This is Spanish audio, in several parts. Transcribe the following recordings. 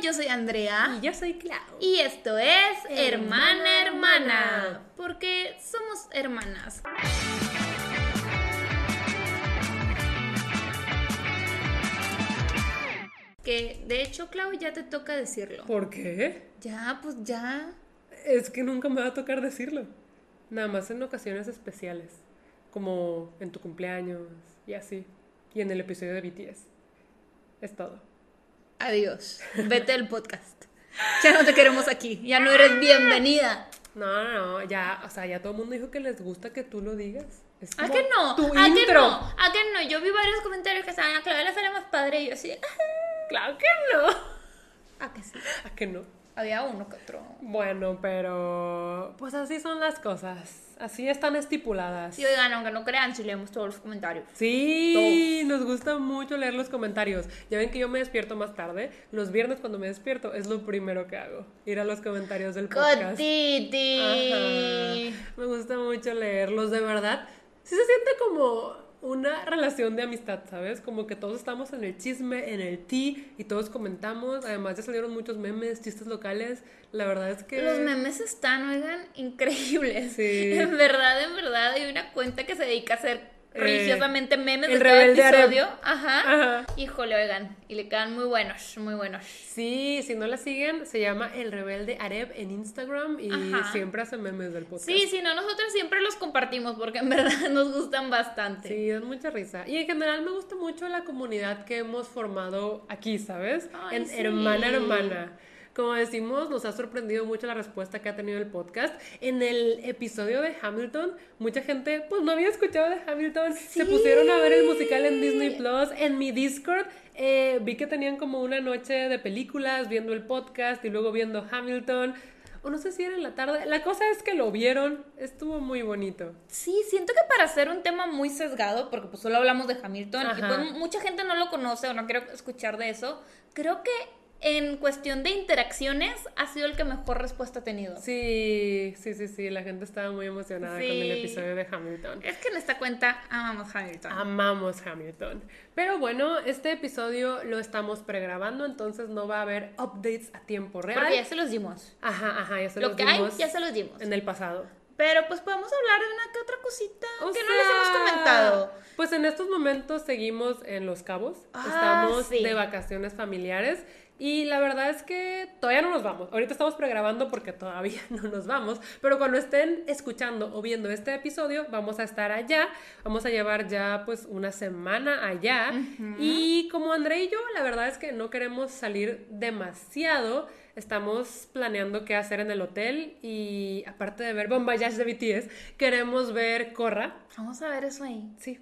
yo soy Andrea. Y yo soy Clau. Y esto es Hermana Hermana, porque somos hermanas. Que de hecho, Clau, ya te toca decirlo. ¿Por qué? Ya, pues ya. Es que nunca me va a tocar decirlo. Nada más en ocasiones especiales. Como en tu cumpleaños y así. Y en el episodio de BTS. Es todo. Adiós. Vete del podcast. Ya no te queremos aquí. Ya no eres bienvenida. No, ya, o sea, ya todo el mundo dijo que les gusta que tú lo digas. Es ¿A como que no? tu ¿A que intro. no? ¿A que no? Yo vi varios comentarios que estaban, a Clau le sale más padre. Y yo así, Claro que no. ¿a que sí? ¿A que no? Había uno que otro. Bueno, pero pues así son las cosas. Así están estipuladas. Y oigan, aunque no crean, si leemos todos los comentarios. Sí, nos gusta mucho leer los comentarios. Ya ven que yo me despierto más tarde. Los viernes cuando me despierto es lo primero que hago. Ir a los comentarios del podcast. ¡Cotiti! Ajá. Me gusta mucho leerlos, de verdad. Sí se siente como una relación de amistad, ¿sabes? Como que todos estamos en el chisme, en el tea y todos comentamos. Además ya salieron muchos memes, chistes locales. La verdad es que... Los memes están, oigan, increíbles. Sí. En verdad, hay una cuenta que se dedica a hacer religiosamente memes El de cada Rebelde Areb. episodio. Ajá. Híjole, oigan, y le quedan muy buenos, muy buenos. Sí, si no la siguen, se llama El Rebelde Areb en Instagram y Ajá. siempre hace memes del podcast. Sí, si no, nosotros siempre los compartimos porque en verdad nos gustan bastante. Sí, dan mucha risa. Y en general me gusta mucho la comunidad que hemos formado aquí, ¿sabes? Ay, En sí. Hermana. Como decimos, nos ha sorprendido mucho la respuesta que ha tenido el podcast. En el episodio de Hamilton, mucha gente pues no había escuchado de Hamilton. Sí. Se pusieron a ver el musical en Disney Plus. En mi Discord vi que tenían como una noche de películas, viendo el podcast y luego viendo Hamilton. O no sé si era en la tarde. La cosa es que lo vieron. Estuvo muy bonito. Sí, siento que para hacer un tema muy sesgado, porque pues solo hablamos de Hamilton, y Ajá. pues mucha gente no lo conoce o no quiere escuchar de eso, creo que en cuestión de interacciones ha sido el que mejor respuesta ha tenido. Sí, la gente estaba muy emocionada Sí. con el episodio de Hamilton. Es que en esta cuenta amamos Hamilton. Amamos Hamilton. Pero bueno, este episodio lo estamos pregrabando, entonces no va a haber updates a tiempo real. Porque ya se los dimos. Ajá, ya se Lo los que hay, dimos ya se los dimos. en el pasado. Pero pues podemos hablar de una que otra cosita O que sea, no les hemos comentado. Pues en estos momentos seguimos en Los Cabos. Ah, Estamos sí. de vacaciones familiares. Y la verdad es que todavía no nos vamos. Ahorita estamos pregrabando porque todavía no nos vamos. Pero cuando estén escuchando o viendo este episodio, vamos a estar allá. Vamos a llevar ya pues una semana allá. Y como André y yo, la verdad es que no queremos salir demasiado. Estamos planeando qué hacer en el hotel. Y aparte de ver Bon Voyage de BTS, queremos ver Korra. Vamos a ver eso ahí. Sí.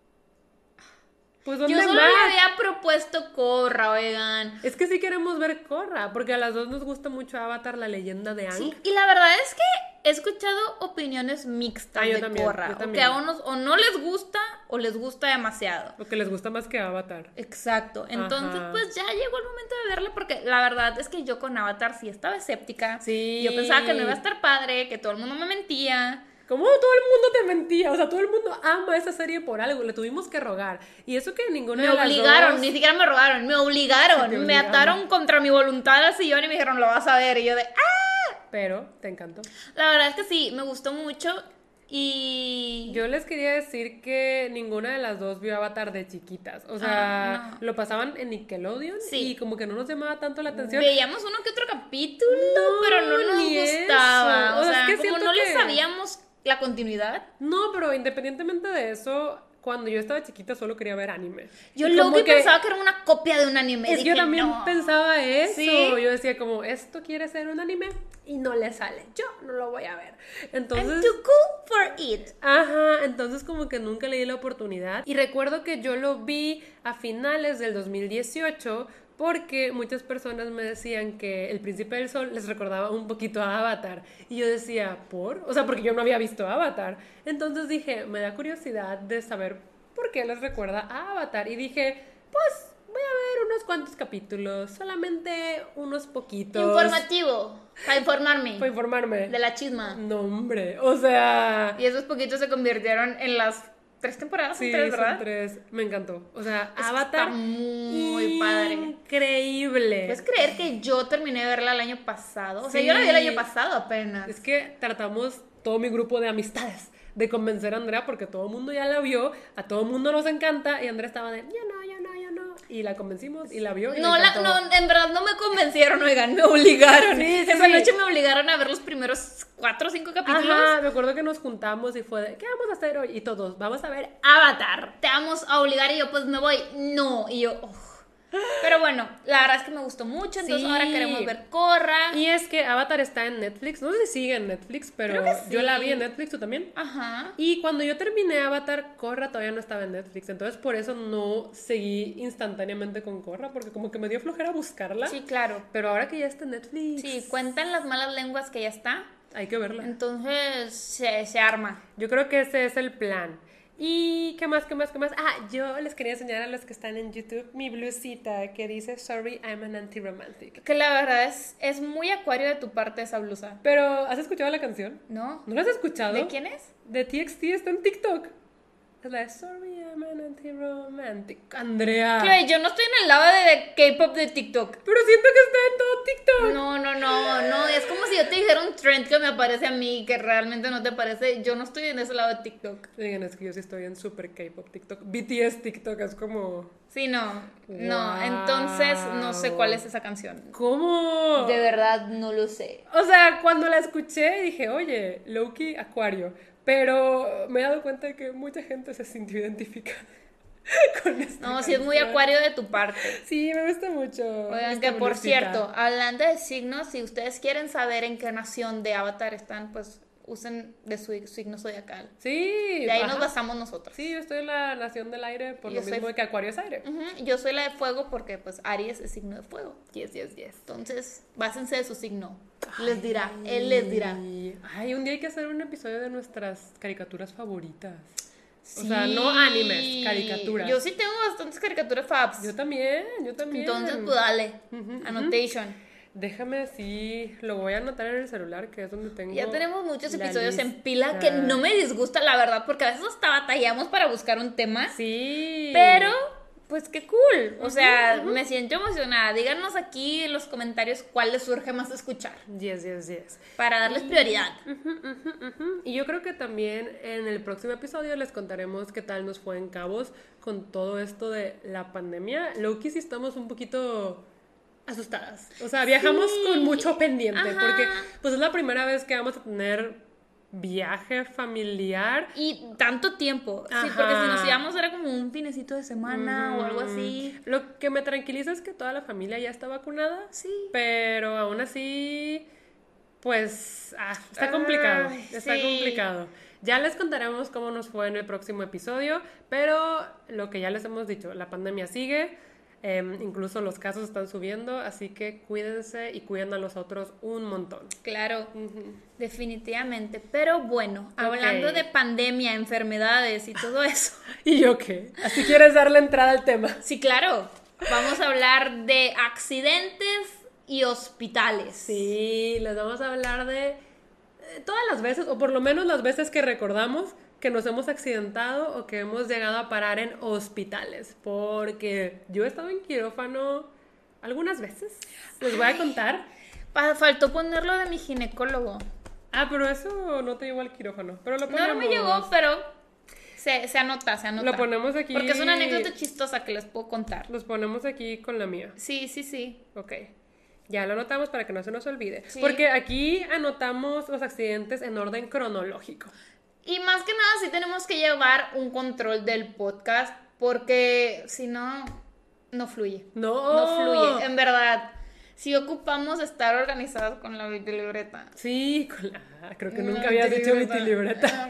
Pues ¿dónde Yo solo más? le había propuesto Korra, oigan. Es que sí queremos ver Korra, porque a las dos nos gusta mucho Avatar, la leyenda de Aang. Sí, y la verdad es que he escuchado opiniones mixtas yo de también, Korra. yo O que también. a unos o no les gusta o les gusta demasiado. Lo que les gusta más que Avatar. Exacto. Entonces, Ajá. pues ya llegó el momento de verla porque la verdad es que yo con Avatar sí estaba escéptica. Sí. Yo pensaba que no iba a estar padre, que todo el mundo me mentía. ¿Cómo todo el mundo te mentía? O sea, todo el mundo ama esa serie por algo. Le tuvimos que rogar. Y eso que ninguna Me de las obligaron, dos... ni siquiera me rogaron, me obligaron. Sí, te Me obligaron. ataron contra mi voluntad al sillón y me dijeron, lo vas a ver. Y yo de, ¡ah! Pero, te encantó. La verdad es que sí, me gustó mucho y... Yo les quería decir que ninguna de las dos vio Avatar de chiquitas. O sea, no. lo pasaban en Nickelodeon Sí. y como que no nos llamaba tanto la atención. Veíamos uno que otro capítulo, No, pero no nos ni gustaba. eso. O O sea, sea, es que como siento no le que- sabíamos la continuidad. No, pero independientemente de eso, cuando yo estaba chiquita solo quería ver anime. Yo Y luego como que- pensaba que era una copia de un anime. Es que yo Dije, también no. pensaba eso. Sí. Yo decía como, esto quiere ser un anime y no le sale. Yo no lo voy a ver. I'm Entonces... too cool for it. Ajá, entonces como que nunca le di la oportunidad. Y recuerdo que yo lo vi a finales del 2018 porque muchas personas me decían que El Príncipe del Sol les recordaba un poquito a Avatar. Y yo decía, ¿por? O sea, porque yo no había visto Avatar. Entonces dije, me da curiosidad de saber por qué les recuerda a Avatar. Y dije, pues voy a ver unos cuantos capítulos, solamente unos poquitos. Informativo, para informarme Para informarme. de la chisma. No, hombre, o sea... Y esos poquitos se convirtieron en las 3 temporadas, Sí, son 3, ¿verdad? son 3. Me encantó. O sea, Es que Avatar. está muy padre. Increíble. ¿Puedes creer que yo terminé de verla el año pasado? O sea, Sí. yo la vi el año pasado apenas. Es que tratamos todo mi grupo de amistades de convencer a Andrea porque todo el mundo ya la vio, a todo el mundo nos encanta y Andrea estaba de, yo no. Y la convencimos y la vio y No, le encantó. no, en verdad no me convencieron, oigan, me obligaron. Sí, sí, Esa sí. noche me obligaron a ver los primeros 4 o 5 capítulos. Ajá, me acuerdo que nos juntamos y fue de, ¿qué vamos a hacer hoy? Y todos, vamos a ver Avatar. Te vamos a obligar y yo pues me voy. No, y yo, Pero bueno, la verdad es que me gustó mucho, entonces Sí. ahora queremos ver Korra. Y es que Avatar está en Netflix, no sé si sigue en Netflix, pero Creo que yo la sí. vi en Netflix, ¿tú también? Ajá. Y cuando yo terminé Avatar, Korra todavía no estaba en Netflix, entonces por eso no seguí instantáneamente con Korra, porque como que me dio flojera buscarla. Sí, claro. Pero ahora que ya está en Netflix, Sí, cuentan las malas lenguas que ya está. hay que verla. Entonces se arma. Yo creo que ese es el plan. ¿Y qué más? Ah, yo les quería enseñar a los que están en YouTube mi blusita que dice Sorry, I'm an anti-romantic. Que la verdad es muy acuario de tu parte esa blusa. Pero, ¿has escuchado la canción? ¿No? ¿No la has escuchado? ¿De quién es? De TXT, está en TikTok. Es la de Sorry, I'm an anti-romantic. Andrea. Claro, yo no estoy en el lado de K-pop de TikTok. Pero siento que está en todo TikTok. No, es como si yo te dijera un trend que me aparece a mí que realmente no te parece. Yo no estoy en ese lado de TikTok. Digan, es que yo sí estoy en super K-pop TikTok. BTS TikTok es como... Sí, no, Wow. entonces no sé cuál es esa canción. ¿Cómo? De verdad no lo sé. O sea, cuando la escuché dije, oye, Loki, Acuario. Pero me he dado cuenta de que mucha gente se sintió identificada con esta No, sí es muy canción. acuario de tu parte. Sí, me gusta mucho. Oigan, esta que por blusita. cierto, hablando de signos, si ustedes quieren saber en qué nación de Avatar están, pues usen de su signo zodiacal. Sí. De ahí ajá. nos basamos nosotros. Sí, yo estoy en la nación del aire por Yo lo soy- mismo de que Acuario es aire. Ujú, yo soy la de fuego porque pues Aries es signo de fuego. Yes. Entonces, básense de su signo. Les dirá, él les dirá. Ay, un día hay que hacer un episodio de nuestras caricaturas favoritas. O Sí. sea, no animes, caricaturas. Yo sí tengo bastantes caricaturas fabs. Yo también. Entonces, pues dale. Annotation. Déjame así, lo voy a anotar en el celular, que es donde tengo. Ya tenemos muchos la episodios en lista. pila que no me disgusta, la verdad, porque a veces hasta batallamos para buscar un tema. Sí. Pero, pues qué cool. O sea, me siento emocionada. Díganos aquí en los comentarios cuál les surge más escuchar Yes. para darles prioridad. Y yo creo que también en el próximo episodio les contaremos qué tal nos fue en Cabos con todo esto de la pandemia. Loki sí estamos un poquito asustadas. O sea, viajamos Sí. con mucho pendiente, Ajá. porque pues es la primera vez que vamos a tener viaje familiar. Y tanto tiempo. Sí, Ajá. porque si nos íbamos era como un finecito de semana o algo así. Lo que me tranquiliza es que toda la familia ya está vacunada. Sí. Pero aún así, pues, está complicado. Ay, Está sí. complicado. Ya les contaremos cómo nos fue en el próximo episodio, pero lo que ya les hemos dicho, la pandemia sigue, incluso los casos están subiendo, así que cuídense y cuiden a los otros un montón. Claro, definitivamente. Pero bueno, hablando de pandemia, enfermedades y todo eso. ¿Y yo qué? ¿Así quieres darle entrada al tema? Sí, claro. Vamos a hablar de accidentes y hospitales. Sí, les vamos a hablar de todas las veces, o por lo menos las veces que recordamos que nos hemos accidentado o que hemos llegado a parar en hospitales, porque yo he estado en quirófano algunas veces, les voy a contar. Faltó ponerlo de mi ginecólogo. Pero eso no te llevó al quirófano, pero lo ponemos. No me llegó, pero se anota. Lo ponemos aquí. Porque es una anécdota chistosa que les puedo contar. Los ponemos aquí con la mía. Sí. Ok. Ya lo anotamos para que no se nos olvide. Sí. Porque aquí anotamos los accidentes en orden cronológico. Y más que nada sí tenemos que llevar un control del podcast porque si no, no fluye. No fluye, en verdad. Si ocupamos estar organizados con la libreta. Sí, creo que nunca habías dicho mi libreta.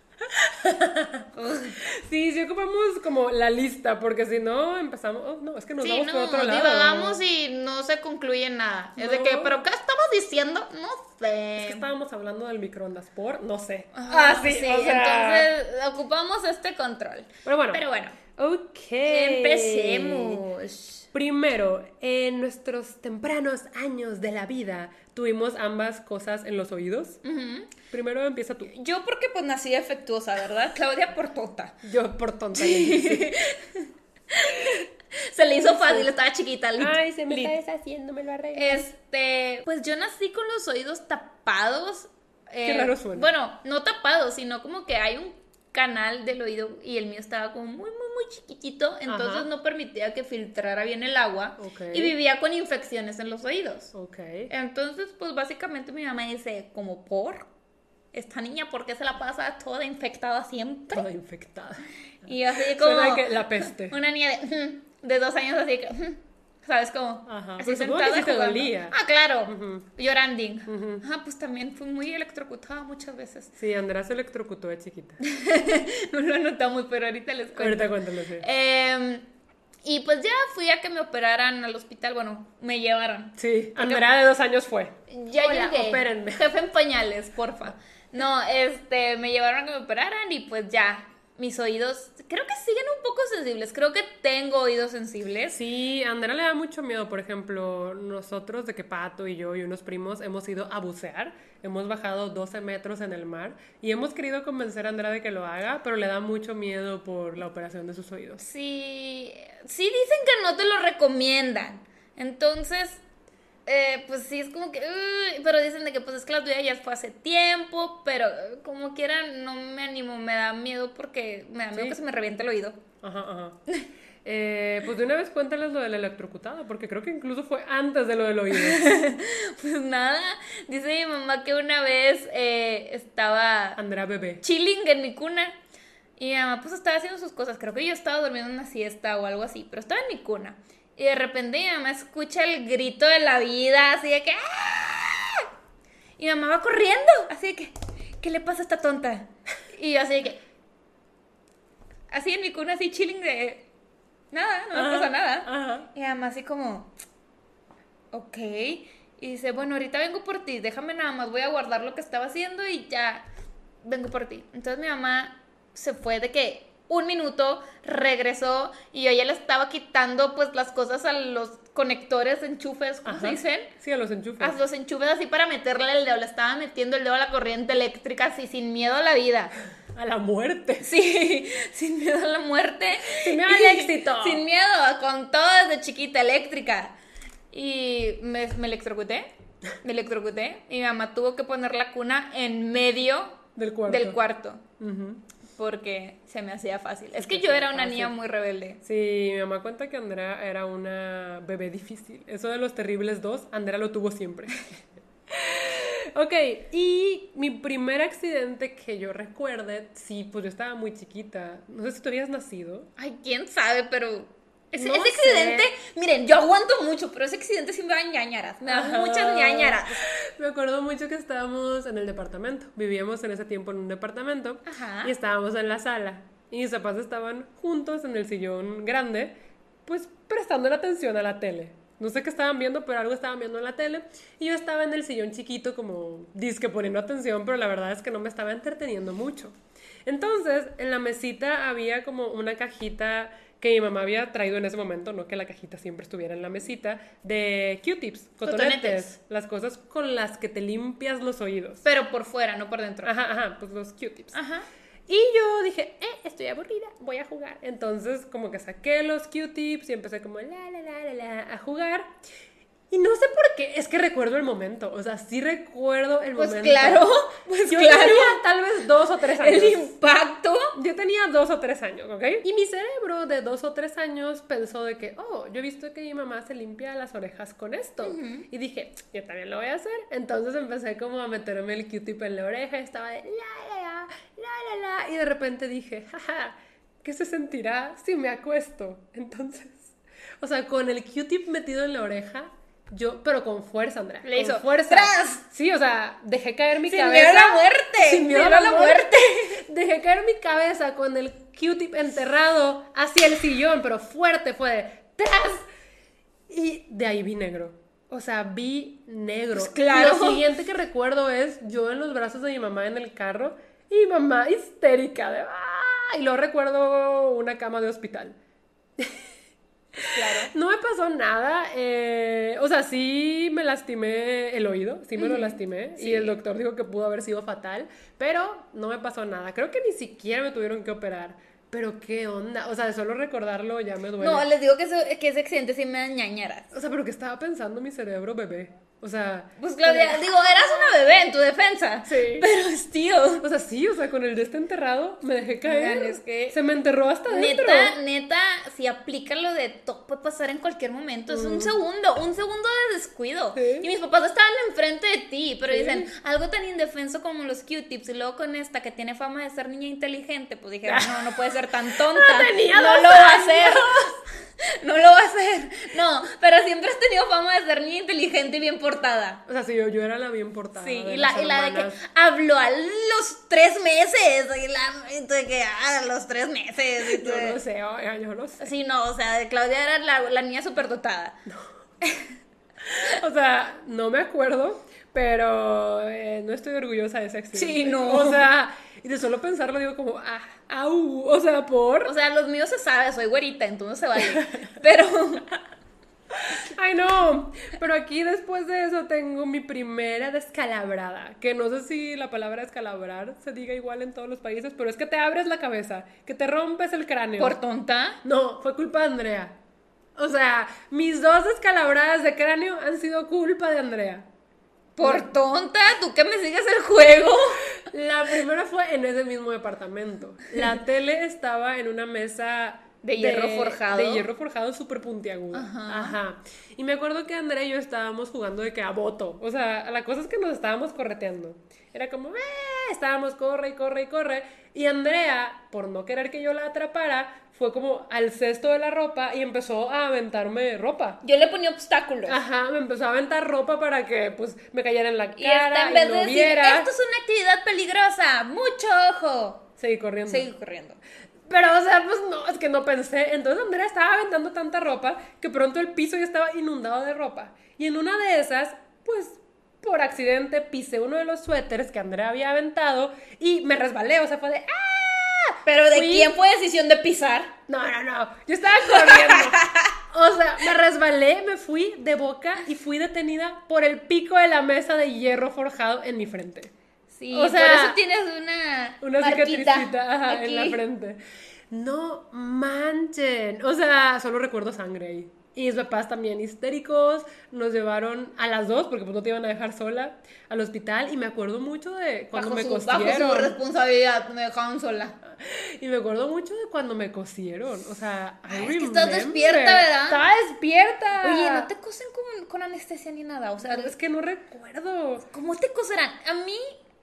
Sí, ocupamos como la lista, porque si no empezamos, es que nos vamos por otro lado. Divagamos y no se concluye nada. Es de que, ¿pero qué estamos diciendo? No sé. Es que estábamos hablando del microondas no sé. Sí, o sea, entonces ocupamos este control. Pero bueno, Ok. Empecemos. Primero, en nuestros tempranos años de la vida, tuvimos ambas cosas en los oídos. Primero empieza tú. Yo porque pues nací defectuosa, ¿verdad? Claudia por tonta. Yo por tonta. Sí. Se le hizo fácil, estaba chiquita. Ay, se me está deshaciendo, me lo arreglo. Pues yo nací con los oídos tapados. Qué raro suena. Bueno, no tapados, sino como que hay un canal del oído y el mío estaba como muy chiquitito, entonces no permitía que filtrara bien el agua y vivía con infecciones en los oídos. Entonces, pues básicamente mi mamá dice, como esta niña, ¿por qué se la pasa toda infectada siempre? Toda infectada. Y así como suena que la peste. Una niña de 2 años así que ¿sabes cómo? Ajá. Así Pues sentada sí te jugando. dolía. Ah, claro. Lloranding. Pues también fui muy electrocutada muchas veces. Sí, Andrea se electrocutó de chiquita. No lo notamos, pero ahorita les cuento. Ahorita cuéntalo, sí. Y pues ya fui a que me operaran al hospital. Bueno, me llevaron. Sí, Andrea de 2 años fue. Ya Hola, llegué. opérenme. Jefe en pañales, porfa. No, me llevaron a que me operaran y pues ya. Mis oídos, creo que siguen un poco sensibles. Creo que tengo oídos sensibles. Sí, a Andrea le da mucho miedo. Por ejemplo, nosotros, de que Pato y yo y unos primos hemos ido a bucear. Hemos bajado 12 metros en el mar y hemos querido convencer a Andrea de que lo haga, pero le da mucho miedo por la operación de sus oídos. Sí dicen que no te lo recomiendan. Entonces, pues sí, es como que... pero dicen de que pues es que la tuya ya fue hace tiempo, pero como quiera no me animo, me da miedo porque me da miedo que se me reviente el oído. Ajá. Pues de una vez cuéntales lo del electrocutado, porque creo que incluso fue antes de lo del oído. Pues nada, dice mi mamá que una vez estaba... Andrea bebé. Chilling en mi cuna. Y mi mamá pues estaba haciendo sus cosas. Creo que yo estaba durmiendo una siesta o algo así, pero estaba en mi cuna. Y de repente mi mamá escucha el grito de la vida, así de que... ¡ah! Y mi mamá va corriendo, así de que... ¿Qué le pasa a esta tonta? Y yo así de que... Así en mi cuna, así chilling de... Nada, no me pasa nada. Ajá. Y mi mamá así como... Ok. Y dice, bueno, ahorita vengo por ti, déjame nada más, voy a guardar lo que estaba haciendo y ya vengo por ti. Entonces mi mamá se fue de que... 1 minuto, regresó y yo ya le estaba quitando pues las cosas a los conectores, enchufes, ¿cómo se dicen? Sí, a los enchufes. A los enchufes así para meterle el dedo, le estaba metiendo el dedo a la corriente eléctrica así sin miedo a la vida. A la muerte. Sí, sin miedo a la muerte. Sin miedo al éxito. Sin miedo, con todo desde chiquita, eléctrica. Y me electrocuté, y mi mamá tuvo que poner la cuna en medio del cuarto. Porque se me hacía fácil. Es que yo era una niña muy rebelde. Sí, mi mamá cuenta que Andrea era una bebé difícil. Eso de los terribles 2, Andrea lo tuvo siempre. Ok, y mi primer accidente que yo recuerde, sí, pues yo estaba muy chiquita. No sé si tú habías nacido. Ay, quién sabe, pero... Ese No accidente, sé. miren, yo aguanto mucho, pero ese accidente sí me da ñañaras. Me da muchas ñañaras. Me acuerdo mucho que estábamos en el departamento. Vivíamos en ese tiempo en un departamento. Ajá. Y estábamos en la sala. Y mis papás estaban juntos en el sillón grande, pues prestando la atención a la tele. No sé qué estaban viendo, pero algo estaban viendo en la tele. Y yo estaba en el sillón chiquito como disque poniendo atención, pero la verdad es que no me estaba entreteniendo mucho. Entonces, en la mesita había como una cajita que mi mamá había traído en ese momento, no que la cajita siempre estuviera en la mesita, de Q-tips, cotonetes, las cosas con las que te limpias los oídos. Pero por fuera, no por dentro. Ajá, pues los Q-tips. Ajá. Y yo dije, estoy aburrida, voy a jugar. Entonces como que saqué los Q-tips y empecé como a jugar. Y no sé por qué, es que recuerdo el momento, o sea, sí recuerdo el momento. Pues yo claro. tenía tal vez 2 o 3 años. El impacto. Yo tenía 2 o 3 años, ¿ok? Y mi cerebro de 2 o 3 años pensó de que, yo he visto que mi mamá se limpia las orejas con esto. Y dije, yo también lo voy a hacer. Entonces empecé como a meterme el Q-tip en la oreja y estaba de la. Y de repente dije, ¿qué se sentirá si me acuesto? Entonces, o sea, con el Q-tip metido en la oreja, pero con fuerza, Andrea. Le hizo fuerza. ¡Tras! Sí, o sea, dejé caer mi cabeza. Sin miedo a la muerte. Sin miedo a la muerte. Dejé caer mi cabeza con el Q-tip enterrado hacia el sillón, pero fuerte fue de ¡tras! Y de ahí vi negro. O sea, vi negro. Pues claro. Lo siguiente que recuerdo es yo en los brazos de mi mamá en el carro y mi mamá histérica de Y luego recuerdo una cama de hospital. Claro. No me pasó nada, o sea, sí me lastimé el oído, sí me lo lastimé, sí. Y el doctor dijo que pudo haber sido fatal, pero no me pasó nada, creo que ni siquiera me tuvieron que operar, pero qué onda, o sea, de solo recordarlo ya me duele. No, les digo que ese accidente sí me da ñañaras. O sea, pero que estaba pensando mi cerebro bebé. O sea... Pues Claudia, digo, eras una bebé en tu defensa. Sí. Pero tío. O sea, sí, o sea, con el de este enterrado me dejé caer. Man, es que se me enterró hasta dentro. Neta, si aplica lo de todo puede pasar en cualquier momento. Es un segundo de descuido. Sí. Y mis papás estaban enfrente de ti, pero Sí. dicen, algo tan indefenso como los Q-tips. Y luego con esta que tiene fama de ser niña inteligente, pues dijeron, no puede ser tan tonta. Tenía no 2 lo va a años. hacer. No lo va a hacer. No, pero siempre has tenido fama de ser niña inteligente y bien portada. O sea, sí, yo era la bien portada. Sí, de y las la de que hermanas. habló a los 3 meses. Y tú de que, a los 3 meses. Y tú Yo de- no sé, oiga, yo no sé. Sí, no, o sea, Claudia era la niña superdotada. O sea, no me acuerdo, pero no estoy orgullosa de ese accidente. Sí, no. O sea, y de solo pensarlo digo como, au, o sea, O sea, los míos se sabe, soy güerita, entonces se vale. Pero, Ay, no, pero aquí después de eso tengo mi primera descalabrada, que no sé si la palabra descalabrar se diga igual en todos los países, pero es que te abres la cabeza, que te rompes el cráneo. ¿por tonta? No, fue culpa de Andrea. O sea, mis 2 descalabradas de cráneo han sido culpa de Andrea. ¿Por tonta? ¿Tú que me sigues el juego? La primera fue en ese mismo departamento. La tele estaba en una mesa De hierro forjado. De hierro forjado súper puntiaguda. Ajá. Ajá. Y me acuerdo que Andrea y yo estábamos jugando de que a voto. O sea, la cosa es que nos estábamos correteando. Era como, estábamos corre y corre y corre. Y Andrea, por no querer que yo la atrapara, fue como al cesto de la ropa y empezó a aventarme ropa. Yo le ponía obstáculos. Ajá, me empezó a aventar ropa para que pues me cayera en la Y esta cara en vez y de no decir, viera. esto es una actividad peligrosa, mucho ojo. Seguí corriendo. Seguí corriendo. Pero, o sea, pues no, es que no pensé. Entonces Andrea estaba aventando tanta ropa que pronto el piso ya estaba inundado de ropa. Y en una de esas, pues, por accidente pisé uno de los suéteres que Andrea había aventado y me resbalé, o sea, fue de ¡ah! Pero ¿de quién fue decisión de pisar? No, yo estaba corriendo. O sea, me resbalé, me fui de boca y fui detenida por el pico de la mesa de hierro forjado en mi frente. Sí, O sea, por eso tienes una marquita cicatricita ajá, en la aquí. frente. No manchen. O sea, solo recuerdo sangre ahí. Y mis papás también histéricos. Nos llevaron a las 2, porque pues no te iban a dejar sola, al hospital. Y me acuerdo mucho de cuando me Bajo cosieron. su responsabilidad, me dejaron sola. Y me acuerdo mucho de cuando me cosieron. O sea, Es que estás despierta, ¿verdad? Estaba despierta. Oye, no te cosen con anestesia ni nada, o sea, Es que no recuerdo. ¿cómo te coserán? A mí,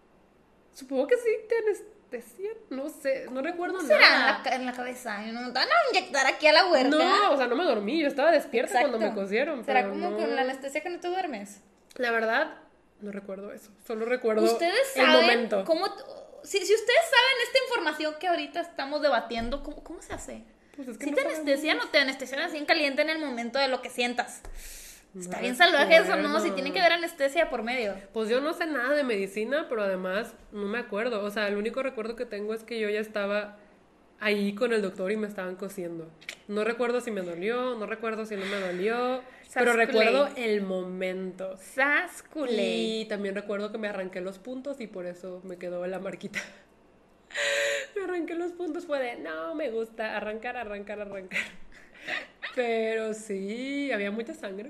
Supongo que sí te anestesian. No sé, no recuerdo ¿cómo será nada. en la cabeza? ¿No te van a inyectar aquí a la huerca? No, o sea, no me dormí, yo estaba despierta Exacto. cuando me cosieron. ¿Será pero como no... con la anestesia que no te duermes? La verdad, no recuerdo eso. Solo recuerdo ¿Ustedes el saben momento. cómo... Si ustedes saben esta información que ahorita estamos debatiendo, ¿cómo se hace? Pues es que ¿Si no te sabemos. anestesian o te anestesian así en caliente en el momento de lo que sientas? Está bien recuerdo. salvaje eso, ¿no? Si tiene que haber anestesia por medio. Pues yo no sé nada de medicina, pero además no me acuerdo. O sea, el único recuerdo que tengo es que yo ya estaba ahí con el doctor y me estaban cosiendo. No recuerdo si me dolió, no recuerdo si no me dolió, pero Sasculey. recuerdo el momento. Sasculey. Y también recuerdo que me arranqué los puntos y por eso me quedó la marquita. Me arranqué los puntos, fue de, no, me gusta arrancar. Pero sí, había mucha sangre.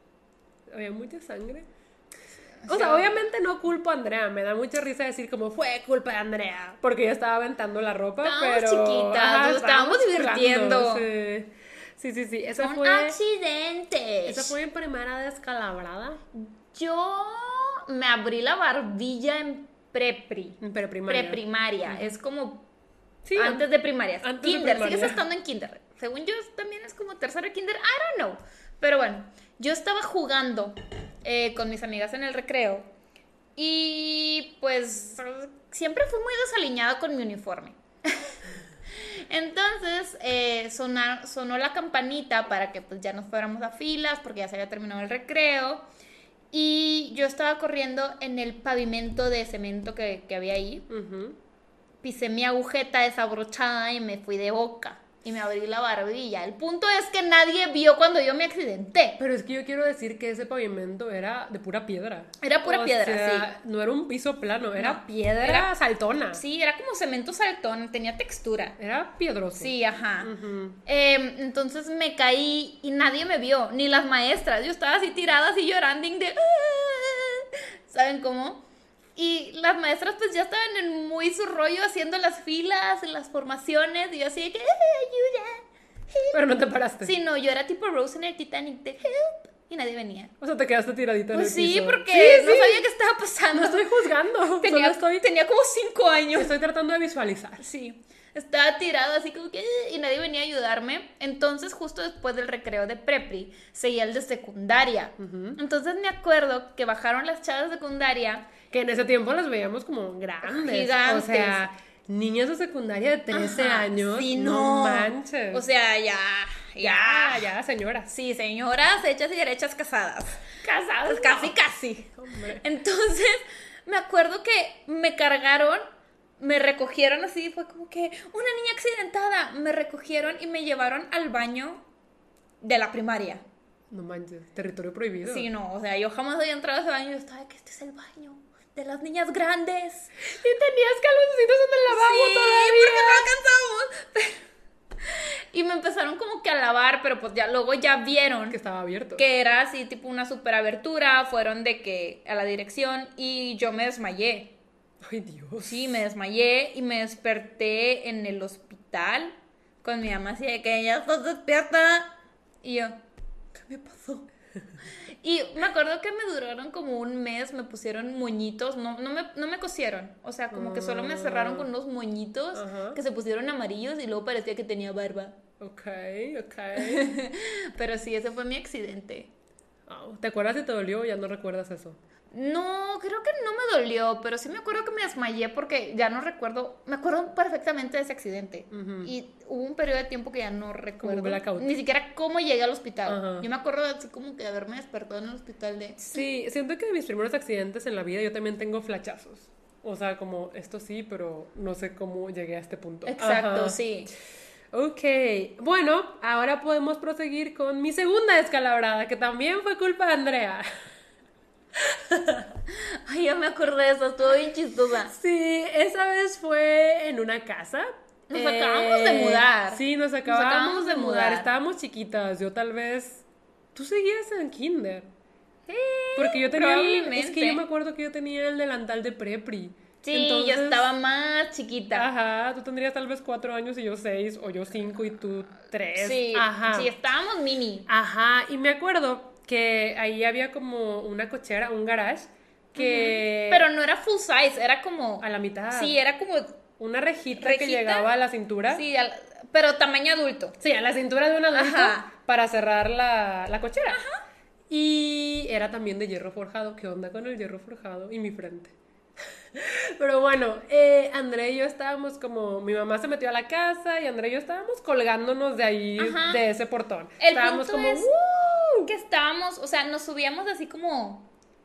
O sea, obviamente no culpo a Andrea, me da mucha risa decir como fue culpa de Andrea, porque ella estaba aventando la ropa, Estábamos pero... chiquitas, nos estábamos divirtiendo. Sí, esa Un fue... accidente. Esa fue mi primera descalabrada. Yo me abrí la barbilla en Preprimaria. preprimaria. Es como Sí, antes de primaria. antes de Kinder, primaria. sigues estando en kinder. Según yo, también es como tercero de kinder. I don't know. Pero bueno, yo estaba jugando con mis amigas en el recreo. Y pues siempre fui muy desaliñada con mi uniforme. Entonces sonó la campanita para que pues ya nos fuéramos a filas porque ya se había terminado el recreo. Y yo estaba corriendo en el pavimento de cemento que había ahí. Ujú. pisé mi agujeta desabrochada y me fui de boca. Y me abrí la barbilla. El punto es que nadie vio cuando yo me accidenté. Pero es que yo quiero decir que ese pavimento era de pura piedra. Era pura piedra, sea, sí. No era un piso plano, era piedra saltona. Sí, era como cemento saltón, tenía textura. Era piedroso. Sí, ajá. Entonces me caí y nadie me vio, ni las maestras. Yo estaba así tirada, así llorando de... ¿Saben cómo? Y las maestras pues ya estaban en muy su rollo haciendo las filas, las formaciones, y yo así de que, ayuda. Pero no te paraste. Sí, no, yo era tipo Rose en el Titanic, de help, y nadie venía. O sea, te quedaste tiradita en el piso. Pues sí, porque no sabía qué estaba pasando. No estoy juzgando. Tenía como 5 años. Estoy tratando de visualizar. Sí, estaba tirada así como que, y nadie venía a ayudarme. Entonces justo después del recreo de prepri seguía el de secundaria. Entonces me acuerdo que bajaron las chavas de secundaria. Que en ese tiempo las veíamos como grandes. Gigantes. O sea, niñas de secundaria de 13 años. Sí, no manches. O sea, ya, señoras. Sí, señoras hechas y derechas casadas. Casadas. Casi. Hombre. Entonces, me acuerdo que me cargaron, me recogieron así, fue como que una niña accidentada. Me recogieron y me llevaron al baño de la primaria. No manches, territorio prohibido. Sí, no, o sea, yo jamás había entrado a ese baño y yo estaba que este es el baño de las niñas grandes. Y tenías calzoncitos en el lavabo sí, todavía. porque no alcanzamos. Y me empezaron como que a lavar, pero pues ya luego ya vieron que estaba abierto. Que era así tipo una super abertura, fueron de que a la dirección y yo me desmayé. Ay, Dios. Sí, me desmayé y me desperté en el hospital con mi mamá así de que ya estás despierta. Y yo, ¿qué me pasó? Y me acuerdo que me duraron como un mes, me pusieron moñitos, no me cosieron, o sea, como que solo me cerraron con unos moñitos que se pusieron amarillos y luego parecía que tenía barba. Ok. Pero sí, ese fue mi accidente. Oh, ¿te acuerdas si te dolió o ya no recuerdas eso? No, creo que no me dolió, pero sí me acuerdo que me desmayé porque ya no recuerdo, me acuerdo perfectamente de ese accidente. Y hubo un periodo de tiempo que ya no recuerdo ni siquiera cómo llegué al hospital. Yo me acuerdo así como que de haberme despertado en el hospital de... Sí, siento que de mis primeros accidentes en la vida yo también tengo flachazos. O sea, como esto sí, pero no sé cómo llegué a este punto. Exacto, sí. Ok, bueno, ahora podemos proseguir con mi segunda descalabrada, que también fue culpa de Andrea. Ay, ya me acordé de eso, estuvo bien chistosa. Sí, esa vez fue en una casa. Nos acabamos de mudar. Sí, nos acabamos de mudar. Estábamos chiquitas, yo tal vez... ¿Tú seguías en kinder? Porque yo tenía... Es que yo me acuerdo que yo tenía el delantal de prepri. Sí, entonces, yo estaba más chiquita. Ajá, tú tendrías tal vez 4 años y yo 6, o yo 5 y tú 3. Sí, ajá. Sí, estábamos mini. Ajá, y me acuerdo que ahí había como una cochera, un garage, que... Pero no era full size, era como... A la mitad. Sí, era como... Una rejita que llegaba a la cintura. Sí, pero tamaño adulto. Sí, a la cintura de un adulto. Ajá. Para cerrar la cochera. Ajá. Y era también de hierro forjado. ¿Qué onda con el hierro forjado? Y mi frente. Pero bueno, André y yo estábamos como... Mi mamá se metió a la casa y André y yo estábamos colgándonos de ahí, de ese portón. Estábamos como... que estábamos, o sea, nos subíamos así como...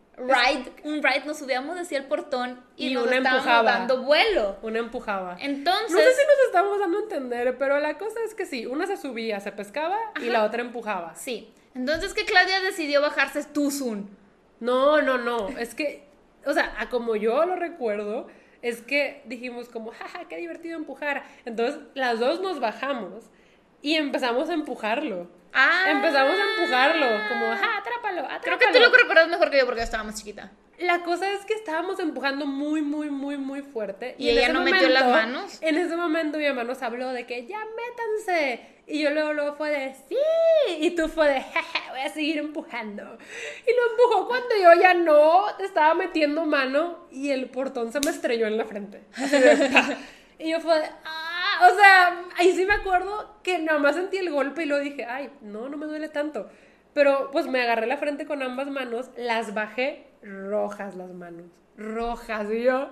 un ride, nos subíamos así al portón y nos una estábamos empujaba. dando vuelo. Una empujaba. Entonces... No sé si nos estábamos dando a entender, pero la cosa es que sí, una se subía, se pescaba y la otra empujaba. Sí. Entonces que Claudia decidió bajarse Tuzun. No, es que, o sea, a como yo lo recuerdo, es que dijimos como, jaja, qué divertido empujar. Entonces las dos nos bajamos y empezamos a empujarlo. Empezamos a empujarlo, como, atrápalo. Creo que tú lo recuerdas mejor que yo porque yo estaba más chiquita. La cosa es que estábamos empujando muy, muy, muy, muy fuerte. Y ella no metió las manos. En ese momento mi mamá nos habló de que ya métanse. Y yo luego fue de sí. Y tú fue de jaja, voy a seguir empujando. Y lo empujó cuando yo ya no estaba metiendo mano y el portón se me estrelló en la frente. Así de, y yo fue de o sea, ahí sí me acuerdo que nada más sentí el golpe y luego dije, ay, no me duele tanto. Pero pues me agarré la frente con ambas manos, las bajé rojas las manos, rojas. Y yo,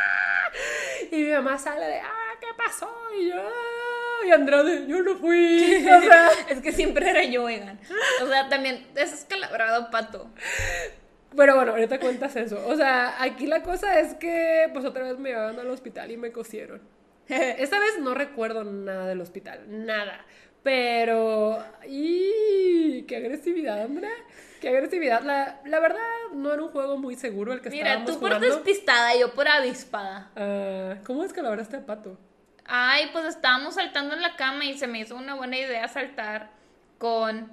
y mi mamá sale de, ¿qué pasó? Y yo, y Andrade, yo no fui. O sea, es que siempre era yo, oigan. O sea, también es escalabrado, Pato. Pero bueno, ahorita cuentas eso. O sea, aquí la cosa es que pues otra vez me llevaron al hospital y me cosieron. Esta vez no recuerdo nada del hospital, nada. Pero... ¡Y! ¡Qué agresividad, Andrea! ¡Qué agresividad! La verdad, no era un juego muy seguro el que estábamos jugando. Mira, tú por despistada y yo por avispada. ¿Cómo descalabraste a Pato? Ay, pues estábamos saltando en la cama y se me hizo una buena idea saltar con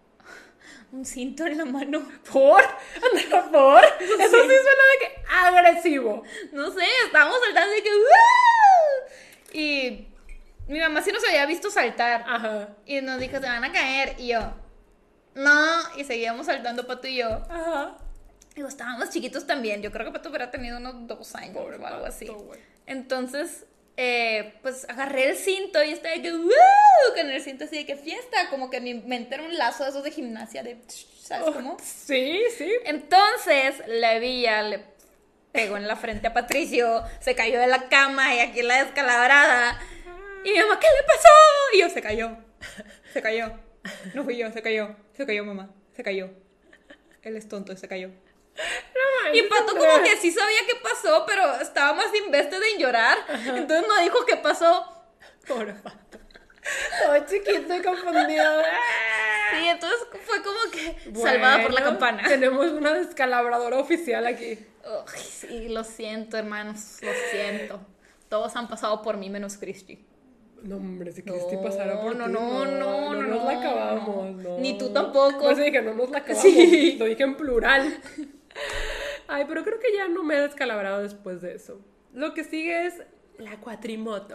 un cinto en la mano. ¿Por? Andrea, ¿por? Eso sí suena de que agresivo. No sé, estábamos saltando y que... ¡Woo! Y mi mamá sí nos había visto saltar. Ajá. Y nos dijo, se van a caer. Y yo, no. Y seguíamos saltando Pato y yo. Ajá. Digo, estábamos chiquitos también. Yo creo que Pato hubiera tenido unos 2 años o algo así. Entonces, pues agarré el cinto y estaba de que, ¡woo! Con el cinto así de que fiesta. Como que me inventé un lazo de esos de gimnasia de, ¿sabes cómo? Sí, sí. Entonces, la Villa le pegó en la frente a Patricio, se cayó de la cama y aquí la descalabrada. Y mi mamá, ¿qué le pasó? Y yo, se cayó. No fui yo, se cayó mamá, se cayó. Él es tonto, se cayó. No, y Pato como que sí sabía qué pasó, pero estaba más invested en llorar. Ajá. Entonces no dijo qué pasó. Pobre Pato. Todo chiquito y confundido. Sí, entonces fue como que salvada por la campana. Tenemos una descalabradora oficial aquí. Sí, lo siento, hermanos, lo siento. Todos han pasado por mí menos Cristi. No, hombre, si Cristi pasara por ti. No nos la acabamos, no. Ni tú tampoco. Pues dije, no nos la acabamos. Sí. Lo dije en plural. Ay, pero creo que ya no me he descalabrado después de eso. Lo que sigue es la cuatrimoto.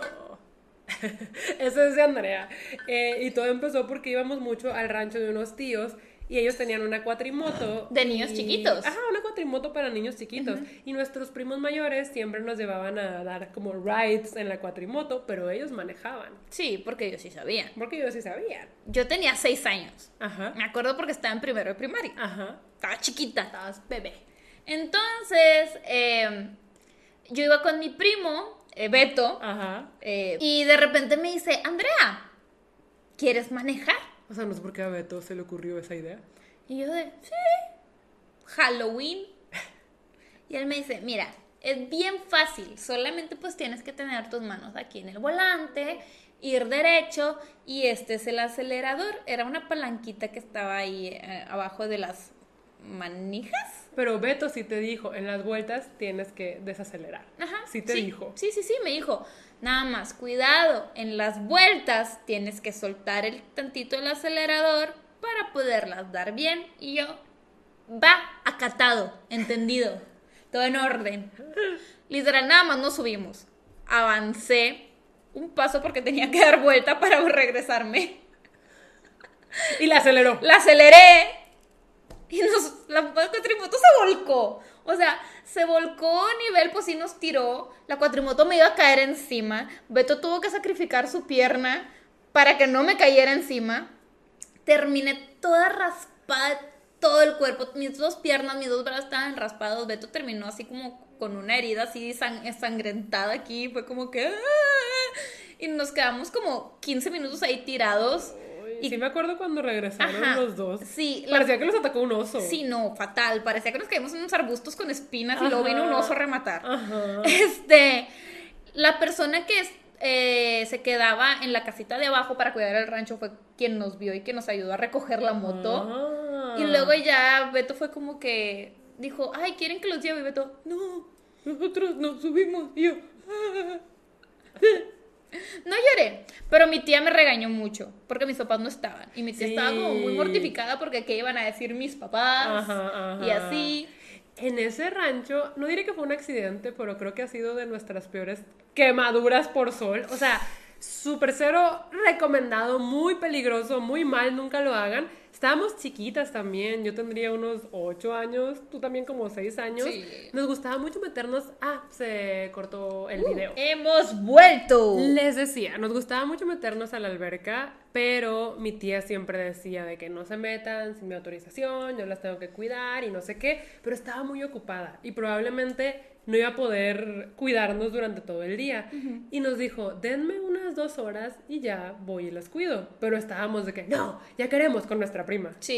Eso es de Andrea. Y todo empezó porque íbamos mucho al rancho de unos tíos y ellos tenían una cuatrimoto. De niños chiquitos. Ajá, una cuatrimoto para niños chiquitos. Y nuestros primos mayores siempre nos llevaban a dar como rides en la cuatrimoto, pero ellos manejaban. Sí, porque ellos sí sabían. Yo tenía 6 años. Ajá. Me acuerdo porque estaba en primero de primaria. Ajá. Estaba chiquita, estabas bebé. Entonces, yo iba con mi primo, Beto. Ajá. Y de repente me dice, Andrea, ¿quieres manejar? O sea, no sé por qué a Beto se le ocurrió esa idea. Y yo de, sí, Halloween. Y él me dice, mira, es bien fácil, solamente pues tienes que tener tus manos aquí en el volante, ir derecho, y este es el acelerador. Era una palanquita que estaba ahí abajo de las manijas. Pero Beto sí te dijo, en las vueltas tienes que desacelerar. Ajá. Sí te dijo. Sí, me dijo, nada más, cuidado, en las vueltas tienes que soltar el tantito el acelerador para poderlas dar bien. Y yo, va, acatado, entendido, todo en orden. Literal, nada más nos subimos. Avancé un paso porque tenía que dar vuelta para regresarme. Y la aceleró. La aceleré. Y la cuatrimoto se volcó. O sea, se volcó a nivel, pues sí nos tiró. La cuatrimoto me iba a caer encima. Beto tuvo que sacrificar su pierna para que no me cayera encima. Terminé toda raspada, todo el cuerpo. Mis 2 piernas, mis 2 brazos estaban raspados. Beto terminó así como con una herida así ensangrentada aquí. Fue como que... Y nos quedamos como 15 minutos ahí tirados. Y sí me acuerdo cuando regresaron los dos. Sí. Parecía que los atacó un oso. Sí, no, fatal. Parecía que nos caímos en unos arbustos con espinas. Y luego vino un oso a rematar. Ajá. La persona que se quedaba en la casita de abajo para cuidar el rancho fue quien nos vio y que nos ayudó a recoger la moto. Y luego ya Beto fue como que dijo, ay, ¿quieren que los lleve? Y Beto, no, nosotros nos subimos. Y yo, No lloré, pero mi tía me regañó mucho porque mis papás no estaban. Y mi tía estaba como muy mortificada porque qué iban a decir mis papás. Ajá. Y así. En ese rancho, no diré que fue un accidente, pero creo que ha sido de nuestras peores quemaduras por sol. O sea, súper cero recomendado, muy peligroso, muy mal, nunca lo hagan. Estábamos chiquitas también, yo tendría unos 8 años, tú también como 6 años. Sí. Nos gustaba mucho meternos... se cortó el video. ¡Hemos vuelto! Les decía, nos gustaba mucho meternos a la alberca, pero mi tía siempre decía de que no se metan sin mi autorización, yo las tengo que cuidar y no sé qué, pero estaba muy ocupada y probablemente no iba a poder cuidarnos durante todo el día. Uh-huh. Y nos dijo, denme unas 2 horas y ya voy y las cuido. Pero estábamos de que, no, ya queremos con nuestra prima. Sí.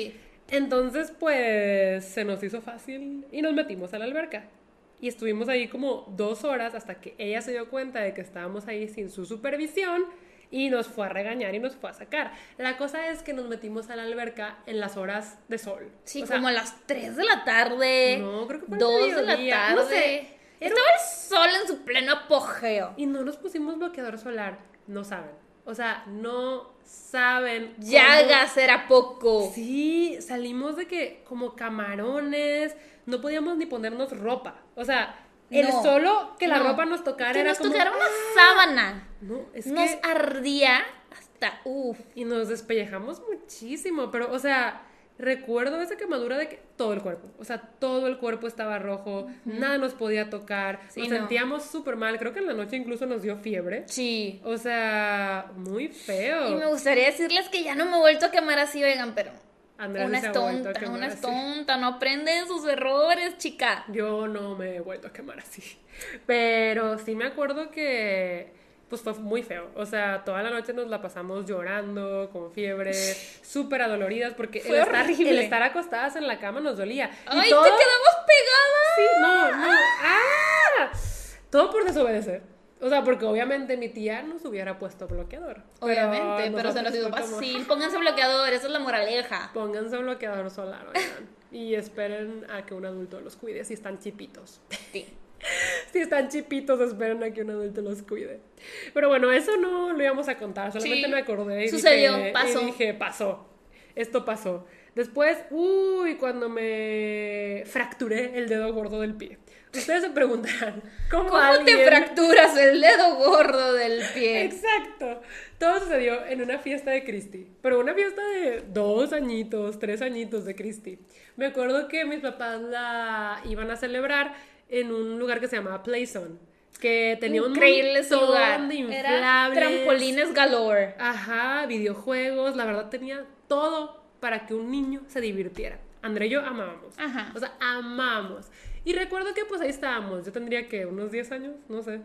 Entonces, pues, se nos hizo fácil y nos metimos a la alberca. Y estuvimos ahí como 2 horas hasta que ella se dio cuenta de que estábamos ahí sin su supervisión y nos fue a regañar y nos fue a sacar. La cosa es que nos metimos a la alberca en las horas de sol. Sí, o sea, como a las 3 de la tarde. No, creo que fue 2 de la tarde. No sé. Estaba el sol en su pleno apogeo. Y no nos pusimos bloqueador solar. No saben. O sea, no saben. Llagas era poco. Sí, salimos de que como camarones, no podíamos ni ponernos ropa. O sea, el solo que la ropa nos tocara que era nos como... tocara una sábana. No, es nos que... ardía hasta... Y nos despellejamos muchísimo, pero, o sea... Recuerdo esa quemadura de que todo el cuerpo, o sea, todo el cuerpo estaba rojo, nada nos podía tocar, nos sentíamos súper mal, creo que en la noche incluso nos dio fiebre. Sí. O sea, muy feo. Y me gustaría decirles que ya no me he vuelto a quemar así, oigan, pero... Andrea una es tonta, no aprende de sus errores, chica. Yo no me he vuelto a quemar así, pero sí me acuerdo que... pues fue muy feo, o sea, toda la noche nos la pasamos llorando, con fiebre, súper adoloridas, porque el estar acostadas en la cama nos dolía. ¡Ay, y todo... te quedamos pegadas! Sí, no. Todo por desobedecer. O sea, porque obviamente mi tía nos hubiera puesto bloqueador. Obviamente, pero se nos hizo fácil. Pónganse bloqueador, esa es la moraleja. Pónganse bloqueador solar, oigan. Y esperen a que un adulto los cuide si están chipitos. Sí. Si están chipitos, esperen a que un adulto los cuide. Pero bueno, eso no lo íbamos a contar. Solamente me acordé y dije, pasó. Esto pasó. Después, cuando me fracturé el dedo gordo del pie. Ustedes se preguntarán, ¿cómo te fracturas el dedo gordo del pie? Exacto. Todo sucedió en una fiesta de Cristi. Pero una fiesta de 2 añitos, 3 añitos de Cristi. Me acuerdo que mis papás la iban a celebrar en un lugar que se llamaba Playzone, que tenía increíble un lugar de inflables. Era trampolines galore. Ajá, videojuegos, la verdad tenía todo para que un niño se divirtiera. André y yo amábamos. Ajá. O sea, amamos. Y recuerdo que pues ahí estábamos, yo tendría que unos 10 años, no sé.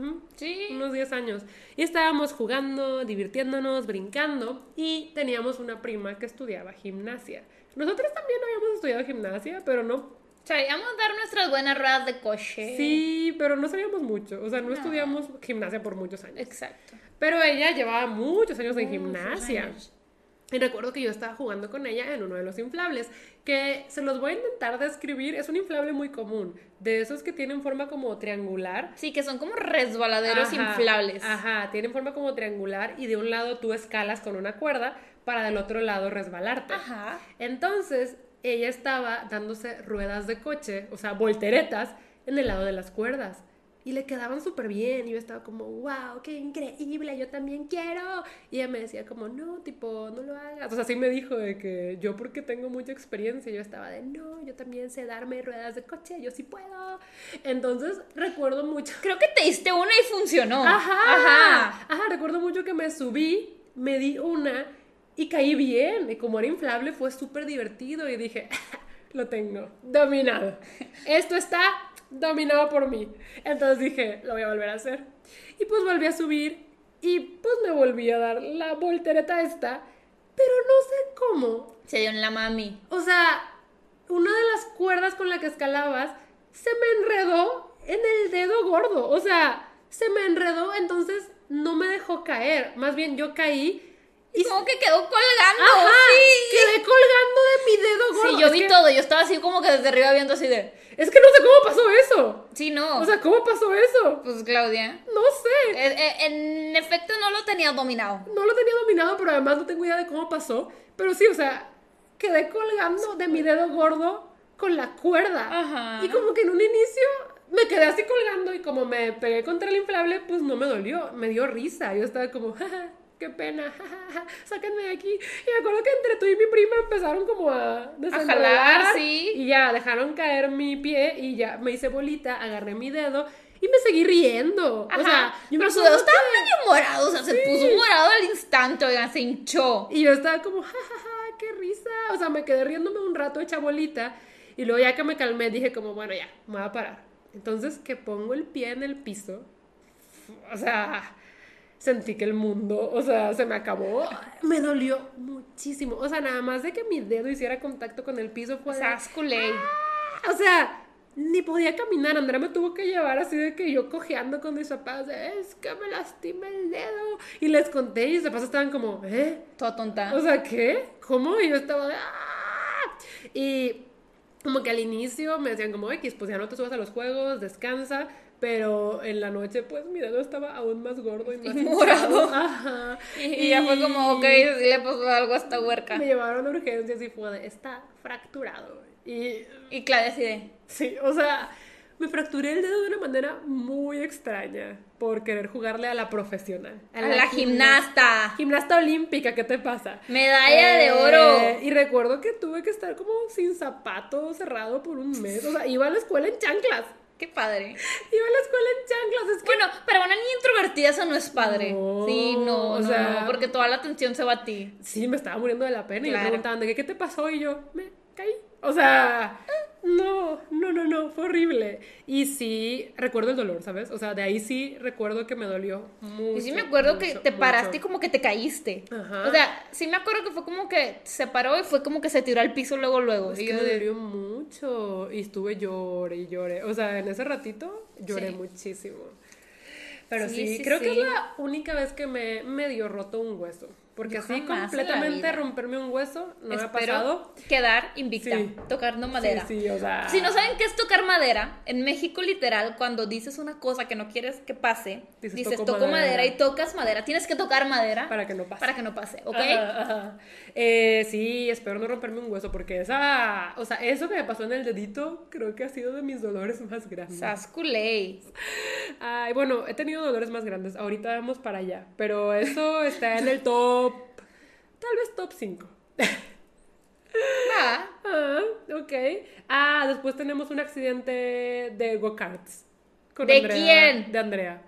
Sí. Unos 10 años. Y estábamos jugando, divirtiéndonos, brincando, y teníamos una prima que estudiaba gimnasia. Nosotros también habíamos estudiado gimnasia, pero no... Sabíamos dar nuestras buenas ruedas de coche. Sí, pero no sabíamos mucho. O sea, no estudiamos gimnasia por muchos años. Exacto. Pero ella llevaba muchos años en gimnasia. Y recuerdo que yo estaba jugando con ella en uno de los inflables, que se los voy a intentar describir. Es un inflable muy común, de esos que tienen forma como triangular. Sí, que son como resbaladeros inflables. Ajá, tienen forma como triangular y de un lado tú escalas con una cuerda para del otro lado resbalarte. Ajá. Entonces... ella estaba dándose ruedas de coche, o sea, volteretas, en el lado de las cuerdas. Y le quedaban súper bien. Y yo estaba como, wow, qué increíble, yo también quiero. Y ella me decía como, no, tipo, no lo hagas. O sea, sí me dijo de que yo porque tengo mucha experiencia, yo estaba de, no, yo también sé darme ruedas de coche, yo sí puedo. Entonces, recuerdo mucho. Creo que te diste una y funcionó. Ajá, recuerdo mucho que me subí, me di una... y caí bien, y como era inflable fue súper divertido y dije, lo tengo dominado. Esto está dominado por mí. Entonces dije, lo voy a volver a hacer. Y pues volví a subir y pues me volví a dar la voltereta esta, pero no sé cómo. Se dio en la mami. O sea, una de las cuerdas con la que escalabas se me enredó en el dedo gordo. O sea, se me enredó, entonces no me dejó caer. Más bien yo caí. Y como que quedó colgando. Ajá, sí. Quedé colgando de mi dedo gordo. Sí, yo vi todo. Yo estaba así como que desde arriba viendo así de... Es que no sé cómo pasó eso. Sí, no. O sea, ¿cómo pasó eso? Pues, Claudia. No sé. En efecto, no lo tenía dominado. No lo tenía dominado, pero además no tengo idea de cómo pasó. Pero sí, o sea, quedé colgando de mi dedo gordo con la cuerda. Ajá. Y como que en un inicio me quedé así colgando y como me pegué contra el inflable, pues no me dolió. Me dio risa. Yo estaba como, jaja, qué pena, jajaja, sáquenme de aquí. Y me acuerdo que entre tú y mi prima empezaron como a jalar, sí. Y ya dejaron caer mi pie y ya me hice bolita, agarré mi dedo y me seguí riendo. Ajá. O sea, yo pero su dedo estaba medio morado, o sea, se puso morado al instante, oigan, se hinchó. Y yo estaba como, jajaja, qué risa. O sea, me quedé riéndome un rato hecha bolita y luego ya que me calmé dije como, bueno, ya, me voy a parar. Entonces que pongo el pie en el piso, o sea... sentí que el mundo, o sea, se me acabó. Me dolió muchísimo. O sea, nada más de que mi dedo hiciera contacto con el piso fue... O sea, ni podía caminar. Andrea me tuvo que llevar así de que yo cojeando con mis papás. Es que me lastimé el dedo. Y les conté y mis papás estaban como, toda tonta. O sea, ¿qué? ¿Cómo? Y yo estaba de... ¡ah! Y como que al inicio me decían como, X, pues ya no te subas a los juegos, descansa. Pero en la noche, pues, mi dedo estaba aún más gordo y más morado. Ajá. Y ya fue como, ok, le pasó algo a esta huerca. Me llevaron a urgencias y fue de, está fracturado. Y Claudia decide. Sí, o sea, me fracturé el dedo de una manera muy extraña por querer jugarle a la profesional. A la gimnasta. Gimnasta olímpica, ¿qué te pasa? Medalla de oro. Y recuerdo que tuve que estar como sin zapato cerrado por un mes. O sea, iba a la escuela en chanclas. Qué padre. Iba a la escuela en chanclas. Es que... Bueno, para una niña introvertida eso no es padre. No, sí, no, o sea, no, porque toda la atención se va a ti. Sí, me estaba muriendo de la pena. Claro. Y me preguntaban de qué te pasó y yo, me caí. O sea, no, fue horrible. Y sí, recuerdo el dolor, ¿sabes? O sea, de ahí sí recuerdo que me dolió mucho. Y sí me acuerdo mucho, que te paraste mucho. y como que te caíste. Ajá. O sea, sí me acuerdo que fue como que se paró y fue como que se tiró al piso luego. Es y que yo me dolió mucho. Y estuve lloré y lloré. O sea, en ese ratito lloré muchísimo. Pero sí, creo que es la única vez que me medio roto un hueso. Porque Yo así jamás completamente romperme un hueso no me ha pasado. Quedar invicta, Sí. tocando madera. Sí, o sea... Si no saben qué es tocar madera, en México literal, cuando dices una cosa que no quieres que pase, dices toco madera y tocas madera. Tienes que tocar madera para que no pase. Para que no pase, ¿ok? Ajá. Sí, espero no romperme un hueso porque o sea, eso que me pasó en el dedito creo que ha sido de mis dolores más grandes. Sasculey. Ay, bueno, he tenido dolores más grandes. Ahorita vamos para allá. Pero eso está en el top, tal vez top 5. Ok. Después tenemos un accidente de go-karts. ¿De Andrea, quién? De Andrea.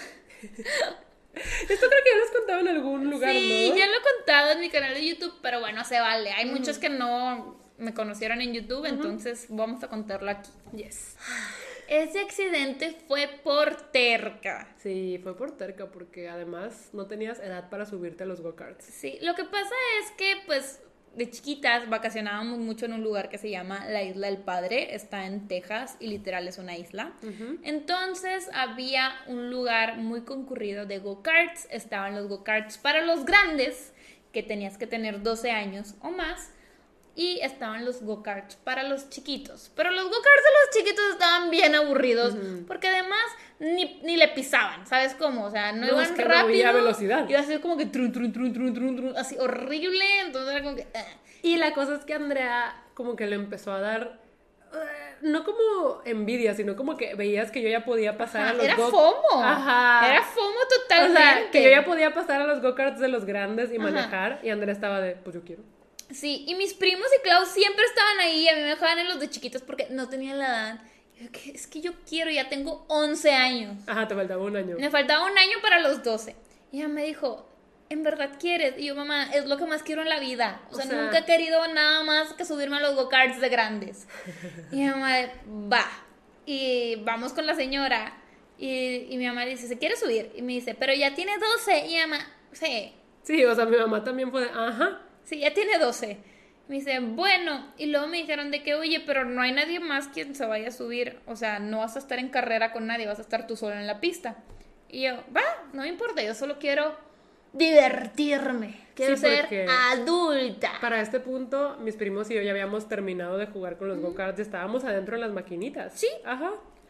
Esto creo que ya lo has contado en algún lugar, sí, ¿no? ya lo he contado en mi canal de YouTube, pero bueno, se vale. Hay muchos que no me conocieron en YouTube, entonces vamos a contarlo aquí. Yes. Ese accidente fue por terca. Sí, fue por terca, porque además no tenías edad para subirte a los go-karts. Sí, lo que pasa es que, pues, de chiquitas vacacionábamos mucho en un lugar que se llama la Isla del Padre, está en Texas y literal es una isla. Entonces había un lugar muy concurrido de go-karts, estaban los go-karts para los grandes, que tenías que tener 12 años o más, y estaban los go-karts para los chiquitos. Pero los go-karts de los chiquitos estaban bien aburridos, porque además ni le pisaban, ¿sabes cómo? O sea, no iban rápido. No había velocidad. Iba así como que trun, así horrible, entonces era como que... Y la cosa es que Andrea como que le empezó a dar... no como envidia, sino como que veías que yo ya podía pasar a los Era FOMO. Ajá. Era FOMO totalmente. O sea, que yo ya podía pasar a los go-karts de los grandes y manejar, y Andrea estaba de, pues yo quiero. Sí, y mis primos y Klaus siempre estaban ahí y a mí me dejaban en los de chiquitos porque no tenían la edad. Yo, es que yo quiero, ya tengo 11 años. Ajá, te faltaba un año. Me faltaba un año para los 12. Y ella me dijo, ¿en verdad quieres? Y yo, mamá, es lo que más quiero en la vida. O sea, nunca he querido nada más que subirme a los go-karts de grandes. Y mi mamá, va. Y vamos con la señora. Y mi mamá dice, ¿se quiere subir? Y me dice, pero ya tiene 12. Y mi mamá, sí. Sí, o sea, mi mamá también fue de, ajá. Sí, ya tiene 12. Me dice, bueno, y luego me dijeron de que, oye, pero no hay nadie más quien se vaya a subir. O sea, no vas a estar en carrera con nadie, vas a estar tú sola en la pista. Y yo, va, no me importa, yo solo quiero divertirme. Quiero ser adulta. Para este punto, mis primos y yo ya habíamos terminado de jugar con los go-karts y estábamos adentro en las maquinitas. Sí. Ajá.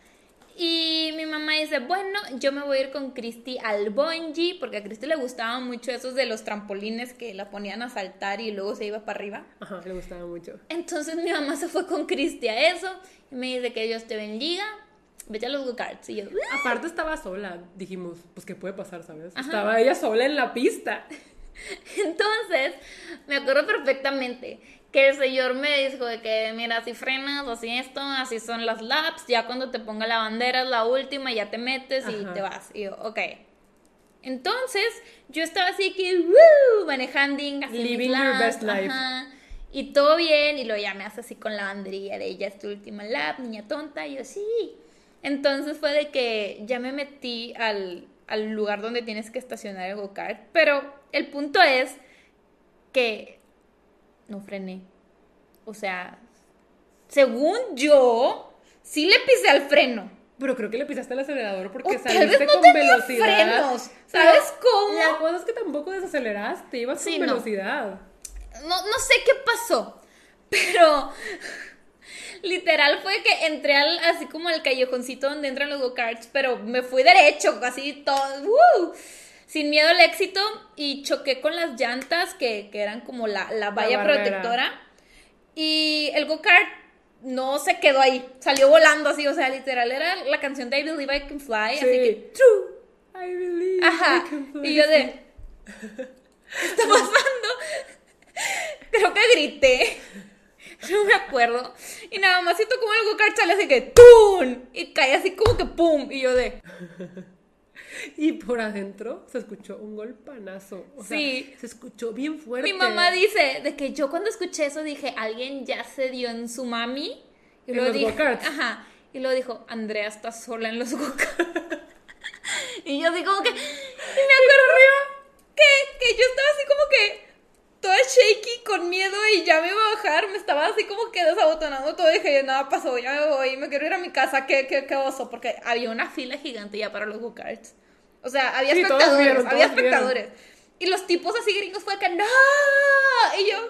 Y mi mamá dice, bueno, yo me voy a ir con Cristi al bungee, porque a Cristi le gustaban mucho esos de los trampolines que la ponían a saltar y luego se iba para arriba. Ajá, le gustaba mucho. Entonces mi mamá se fue con Cristi a eso y me dice que Dios te bendiga, vete a los go-karts. Y yo, aparte estaba sola, dijimos, pues qué puede pasar, ¿sabes? Ajá. Estaba ella sola en la pista. Entonces, me acuerdo perfectamente que el señor me dijo de que, mira, así frenas, así esto, así son las laps, ya cuando te ponga la bandera es la última, ya te metes y te vas. Y yo, ok. Entonces, yo estaba así que, manejando, así living your best life. Y todo bien, y lo ya me hace así con la banderilla de ella, es tu última lap, niña tonta, y yo, sí. Entonces fue de que ya me metí al al lugar donde tienes que estacionar el go-kart. Pero el punto es que no frené. O sea, según yo, sí le pisé al freno. Pero creo que le pisaste el acelerador porque saliste con velocidad. Frenos, ¿sabes cómo? La cosa es que tampoco desaceleraste, ibas con velocidad. No sé qué pasó, pero literal fue que entré así como al callejoncito donde entran los go-karts, pero me fui derecho, así todo, sin miedo al éxito, y choqué con las llantas que eran como la valla protectora, y el go-kart no se quedó ahí, salió volando así, o sea, literal era la canción de I Believe I Can Fly, sí. Así que, true, I believe I can fly. Y yo de, ¿qué está pasando? Creo que grité, no me acuerdo, y nada más siento como el go-kart sale así que ¡tum! Y cae así como que ¡pum! Y yo de... Y por adentro se escuchó un golpanazo. O sea, se escuchó bien fuerte. Mi mamá dice de que yo cuando escuché eso dije, alguien ya se dio en su mami. Y en los go-karts. Ajá. Y luego dijo, Andrea está sola en los go-karts. Y yo así como que... Y me acuerdo que yo estaba así como que toda shaky, con miedo, y ya me iba a bajar. Me estaba así como que desabotonando todo. Y dije, nada pasó, ya me voy, me quiero ir a mi casa. Qué oso, porque había una fila gigante ya para los go-karts. O sea, había espectadores. Y los tipos así gringos fue que ¡no! Y yo...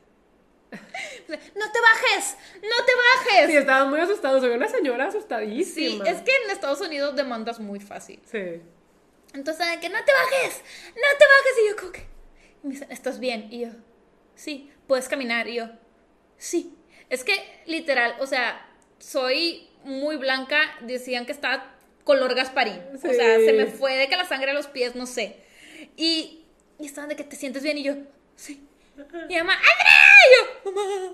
¡No te bajes! Sí, estaban muy asustados. Había una señora asustadísima. Sí, es que en Estados Unidos demandas muy fácil. Sí. Entonces, que ¡no te bajes! Y yo como que... Y me dicen, ¿estás bien? Y yo, sí. ¿Puedes caminar? Y yo, sí. Es que, literal, o sea, soy muy blanca. Decían que estaba color Gasparín. Sí. O sea, se me fue de que la sangre a los pies, no sé. Y estaban de que te sientes bien, y yo, sí. Y mi mamá, ¡Andrea! Y yo,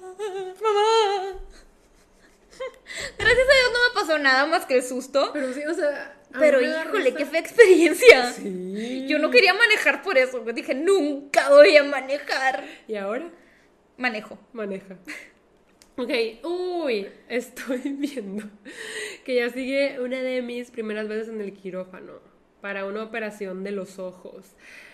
mamá. Gracias a Dios no me pasó nada más que el susto. Pero sí, o sea... Pero híjole, qué fea experiencia. Sí. Yo no quería manejar por eso. Dije, nunca voy a manejar. ¿Y ahora? Maneja. Ok, estoy viendo que ya sigue una de mis primeras veces en el quirófano para una operación de los ojos.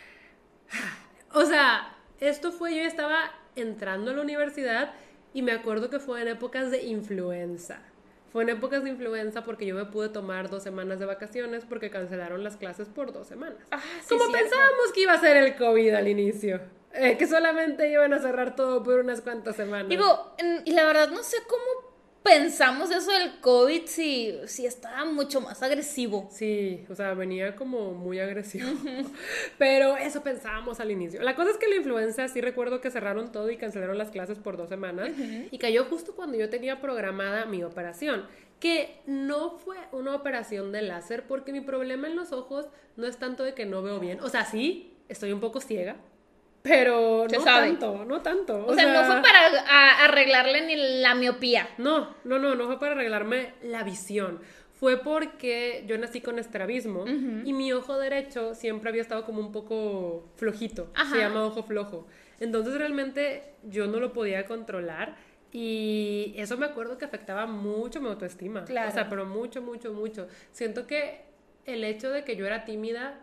O sea, esto fue, yo estaba entrando a la universidad y me acuerdo que fue en épocas de influenza. Fue en épocas de influenza porque yo me pude tomar 2 semanas de vacaciones porque cancelaron las clases por 2 semanas. Como pensábamos que iba a ser el COVID al inicio. Que solamente iban a cerrar todo por unas cuantas semanas. Digo, y la verdad no sé cómo pensamos eso del COVID si estaba mucho más agresivo. Sí, o sea, venía como muy agresivo. Pero eso pensábamos al inicio. La cosa es que la influenza, sí recuerdo que cerraron todo y cancelaron las clases por 2 semanas. Y cayó justo cuando yo tenía programada mi operación. Que no fue una operación de láser porque mi problema en los ojos no es tanto de que no veo bien. O sea, sí, estoy un poco ciega. Pero no tanto. O sea, no fue para arreglarle ni la miopía. No fue para arreglarme la visión. Fue porque yo nací con estrabismo y mi ojo derecho siempre había estado como un poco flojito. Ajá. Se llama ojo flojo. Entonces realmente yo no lo podía controlar y eso me acuerdo que afectaba mucho mi autoestima. Claro. O sea, pero mucho. Siento que el hecho de que yo era tímida...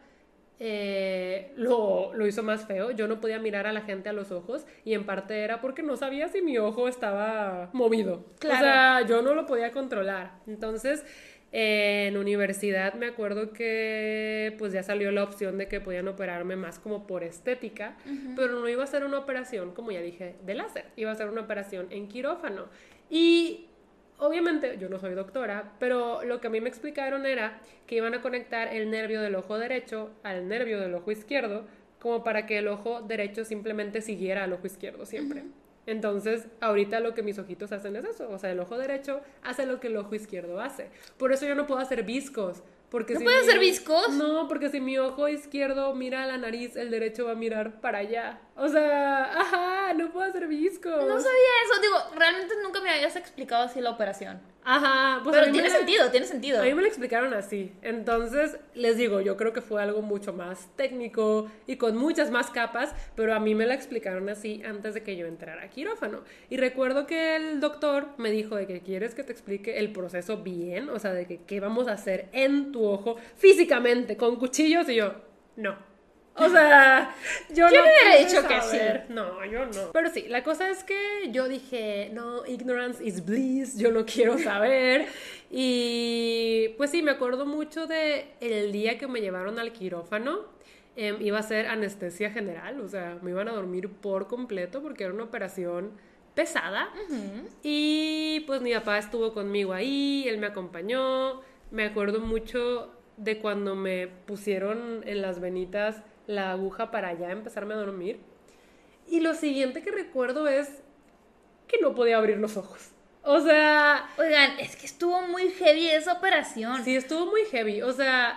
lo hizo más feo. Yo no podía mirar a la gente a los ojos y en parte era porque no sabía si mi ojo estaba movido. Claro. O sea, yo no lo podía controlar. Entonces, en universidad me acuerdo que pues ya salió la opción de que podían operarme más como por estética, pero no iba a ser una operación, como ya dije, de láser. Iba a ser una operación en quirófano. Y... obviamente, yo no soy doctora, pero lo que a mí me explicaron era que iban a conectar el nervio del ojo derecho al nervio del ojo izquierdo, como para que el ojo derecho simplemente siguiera al ojo izquierdo siempre. Entonces, ahorita lo que mis ojitos hacen es eso, o sea, el ojo derecho hace lo que el ojo izquierdo hace. Por eso yo no puedo hacer viscos. Porque ¿No puedes hacer viscos? No, porque si mi ojo izquierdo mira a la nariz, el derecho va a mirar para allá. O sea, no puedo hacer viscos. No sabía eso. Digo, realmente nunca me habías explicado así la operación. Ajá, pues pero tiene sentido. A mí me lo explicaron así. Entonces, les digo, yo creo que fue algo mucho más técnico y con muchas más capas, pero a mí me lo explicaron así antes de que yo entrara a quirófano. Y recuerdo que el doctor me dijo de que quieres que te explique el proceso bien, o sea, de que qué vamos a hacer en tu ojo físicamente, con cuchillos, y yo, no. O sea, yo no hubiera dicho que sí. No, yo no. Pero sí, la cosa es que yo dije, no, ignorance is bliss, yo no quiero saber. Y pues sí, me acuerdo mucho de el día que me llevaron al quirófano. Iba a ser anestesia general, o sea, me iban a dormir por completo porque era una operación pesada. Uh-huh. Y pues mi papá estuvo conmigo ahí, él me acompañó. Me acuerdo mucho de cuando me pusieron en las venitas la aguja para ya empezarme a dormir. Y lo siguiente que recuerdo es que no podía abrir los ojos. O sea... Oigan, es que estuvo muy heavy esa operación. Sí, estuvo muy heavy. O sea,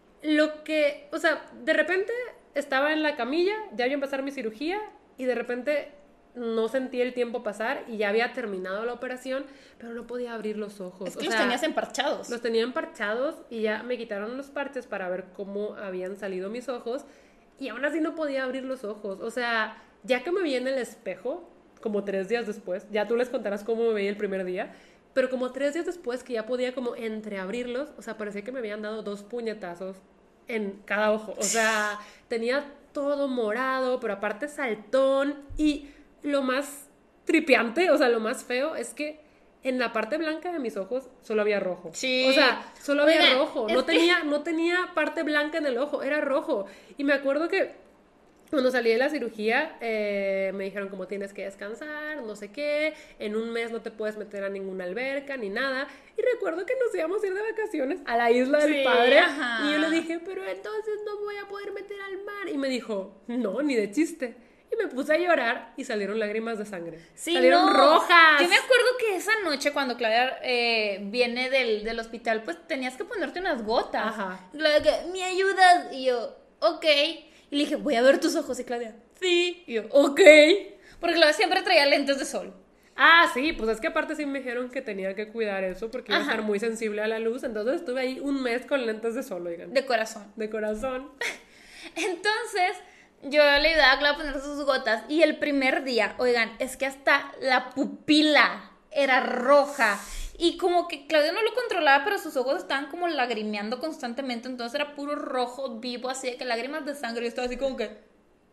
de repente estaba en la camilla, ya iba a empezar mi cirugía y de repente no sentí el tiempo pasar y ya había terminado la operación, pero no podía abrir los ojos. Es que los tenías emparchados. Los tenía emparchados y ya me quitaron los parches para ver cómo habían salido mis ojos. Y aún así no podía abrir los ojos. O sea, ya que me vi en el espejo, como 3 días después, ya tú les contarás cómo me veía el primer día, pero como 3 días después que ya podía como entreabrirlos, o sea, parecía que me habían dado 2 puñetazos en cada ojo. O sea, tenía todo morado, pero aparte saltón. Y lo más tripiante, o sea, lo más feo es que en la parte blanca de mis ojos solo había rojo. Sí. O sea, solo había rojo. No tenía parte blanca en el ojo, era rojo. Y me acuerdo que cuando salí de la cirugía, me dijeron como tienes que descansar, no sé qué, en un mes no te puedes meter a ninguna alberca ni nada. Y recuerdo que nos íbamos a ir de vacaciones a la isla del Padre. Ajá. Y yo le dije, pero entonces no voy a poder meter al mar. Y me dijo, no, ni de chiste. Y me puse a llorar y salieron lágrimas de sangre. Sí, salieron rojas. Yo me acuerdo que esa noche cuando Claudia viene del hospital, pues tenías que ponerte unas gotas. Ajá. Y Claudia que, ¿me ayudas? Y yo, ok. Y le dije, voy a ver tus ojos. Y Claudia, sí. Y yo, ok. Porque Claudia siempre traía lentes de sol. Ah, sí, pues es que aparte sí me dijeron que tenía que cuidar eso porque iba a estar muy sensible a la luz. Entonces estuve ahí un mes con lentes de sol, oigan. De corazón. De corazón. Entonces... yo le ayudaba a Claudia a poner sus gotas y el primer día, oigan, es que hasta la pupila era roja y como que Claudia no lo controlaba, pero sus ojos estaban como lagrimeando constantemente, entonces era puro rojo vivo, así de que lágrimas de sangre, y estaba así como que...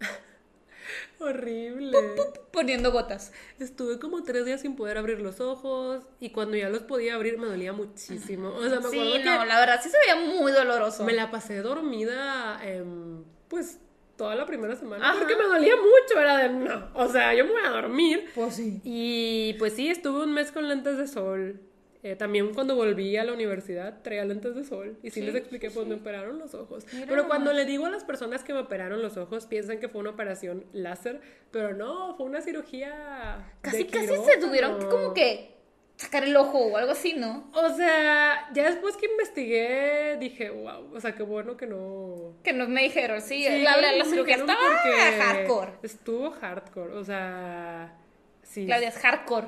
horrible. Poniendo gotas. Estuve como 3 días sin poder abrir los ojos y cuando ya los podía abrir me dolía muchísimo. O sea, me acuerdo que la verdad sí se veía muy doloroso. Me la pasé dormida, pues... toda la primera semana. Ajá. Porque me dolía mucho, era de no, o sea, yo me voy a dormir. Pues sí. Y pues sí, estuve un mes con lentes de sol. También cuando volví a la universidad traía lentes de sol y sí les expliqué pues me operaron los ojos. Mira, pero cuando le digo a las personas que me operaron los ojos piensan que fue una operación láser, pero no, fue una cirugía casi se tuvieron que como que sacar el ojo o algo así, ¿no? O sea, ya después que investigué dije, wow, o sea, qué bueno que no... que no me dijeron, sí la cirugía estaba hardcore. Estuvo hardcore, o sea, sí. Claudia, es hardcore.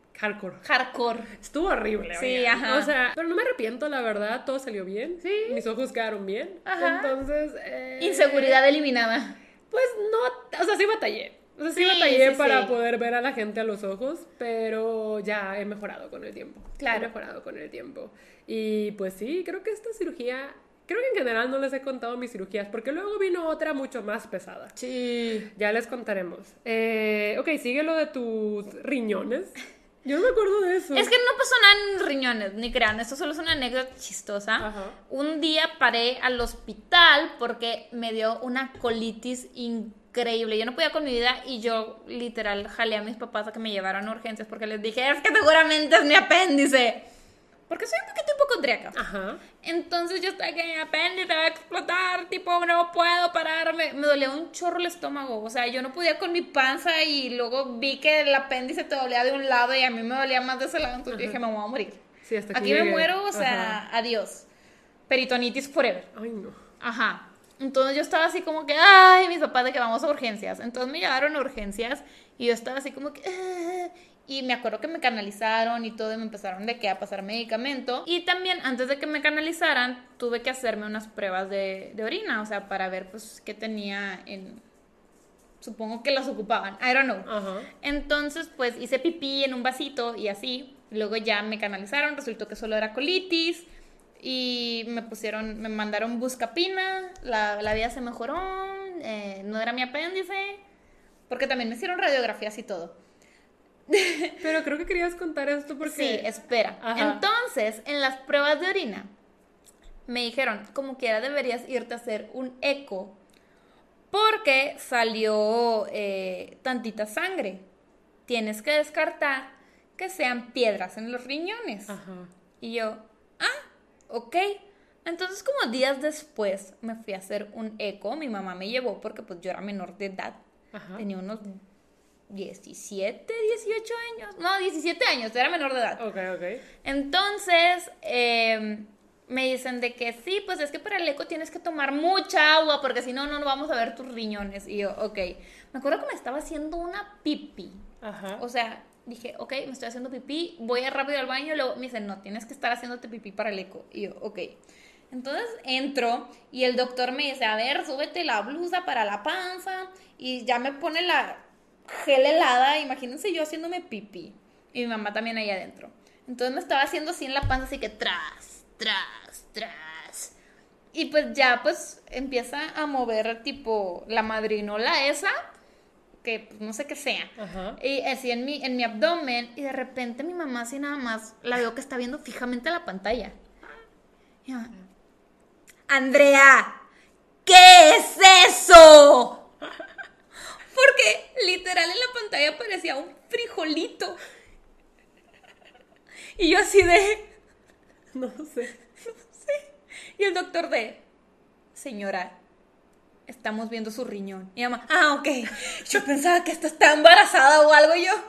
Estuvo horrible. Sí, oigan. ajá. O sea, pero no me arrepiento, la verdad, todo salió bien. Sí. Mis ojos quedaron bien. Ajá. Entonces... inseguridad eliminada. Pues no, o sea, sí batallé. O sea, sí batallé para poder ver a la gente a los ojos, pero ya he mejorado con el tiempo. Claro. He mejorado con el tiempo. Y pues sí, creo que esta cirugía... creo que en general no les he contado mis cirugías, porque luego vino otra mucho más pesada. Sí. Ya les contaremos. Ok, sigue lo de tus riñones. Yo no me acuerdo de eso. Es que no pasó nada en riñones, ni crean. Esto solo es una anécdota chistosa. Ajá. Un día paré al hospital porque me dio una colitis increíble. Yo no podía con mi vida y yo literal jalé a mis papás a que me llevaran a urgencias porque les dije, es que seguramente es mi apéndice. Porque soy un poquito hipocondríaca. Ajá. Entonces yo estaba que mi apéndice va a explotar, tipo, no puedo pararme. Me dolía un chorro el estómago. O sea, yo no podía con mi panza y luego vi que el apéndice te dolía de un lado y a mí me dolía más de ese lado. Entonces dije, me voy a morir. Sí, hasta aquí me muero, o sea, adiós. Peritonitis forever. Ay, no. Ajá. Entonces yo estaba así como que, ay, mis papás de que vamos a urgencias. Entonces me llevaron a urgencias y yo estaba así como que... Y me acuerdo que me canalizaron y todo, y me empezaron de que a pasar medicamento. Y también, antes de que me canalizaran, tuve que hacerme unas pruebas de orina, o sea, para ver, pues, qué tenía en... Supongo que las ocupaban, I don't know. Ajá. Entonces, pues, hice pipí en un vasito y así. Luego ya me canalizaron, resultó que solo era colitis. Y me mandaron buscapina, la vida se mejoró, no era mi apéndice, porque también me hicieron radiografías y todo. Pero creo que querías contar esto porque... Sí, espera. Ajá. Entonces, en las pruebas de orina, me dijeron, como quiera deberías irte a hacer un eco, porque salió tantita sangre. Tienes que descartar que sean piedras en los riñones. Ajá. Y yo, ok. Entonces, como días después, me fui a hacer un eco. Mi mamá me llevó porque pues yo era menor de edad. Ajá. Tenía unos 17, 18 años. No, 17 años, era menor de edad. Ok. Entonces, me dicen de que sí, pues es que para el eco tienes que tomar mucha agua porque si no, no vamos a ver tus riñones. Y yo, ok. Me acuerdo que me estaba haciendo una pipí. Ajá. O sea, dije, ok, me estoy haciendo pipí, voy a rápido al baño. Y luego me dicen, no, tienes que estar haciéndote pipí para el eco. Y yo, ok. Entonces entro y el doctor me dice, a ver, súbete la blusa para la panza. Y ya me pone la gel helada. Imagínense yo haciéndome pipí. Y mi mamá también ahí adentro. Entonces me estaba haciendo así en la panza, así que tras. Y pues ya pues empieza a mover tipo la madrinola esa, que pues, no sé qué sea. Ajá. Y así en mi abdomen. Y de repente mi mamá así nada más la veo que está viendo fijamente la pantalla. Y yo, Andrea, ¿qué es eso? Porque literal en la pantalla parecía un frijolito. Y yo así de... No sé. Y el doctor de... Señora, estamos viendo su riñón. Y mi mamá, ok. Yo pensaba que esta estaba embarazada o algo. Y yo...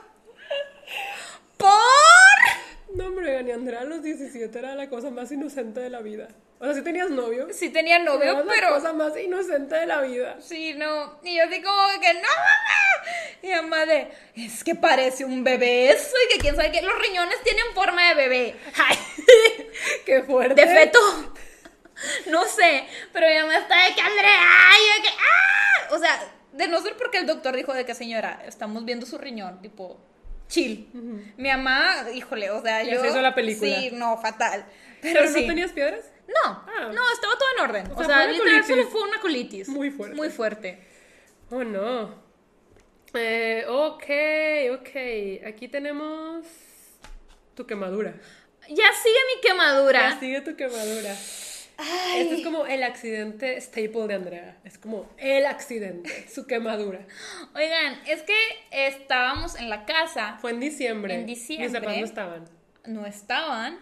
¿Por? No, hombre, ni Andrea a los 17 era la cosa más inocente de la vida. O sea, ¿sí tenías novio? Sí tenía novio, Eras pero... la cosa más inocente de la vida. Sí, no. Y yo así como que, no, mamá. Y mi mamá de, es que parece un bebé eso. Y que quién sabe qué. Los riñones tienen forma de bebé. Ay, Qué fuerte. de feto. No sé. Pero mi mamá está de que, Andrea. Y yo de que, O sea, de no ser porque el doctor dijo de que, señora, estamos viendo su riñón, tipo, chill. Mi mamá, híjole, o sea, Ya se hizo la película. Sí, no, fatal. ¿Pero sí. no tenías piedras? No, estaba todo en orden. O sea, fue una literal colitis. solo fue una colitis. Muy fuerte. Muy fuerte. Oh, no. Ok. Aquí tenemos tu quemadura. Ya sigue mi quemadura. Ya sigue tu quemadura. Ay. Este es como el accidente staple de Andrea. Es como el accidente, su quemadura. Oigan, es que estábamos en la casa. Fue en diciembre. En diciembre. Mis papás no estaban. No estaban.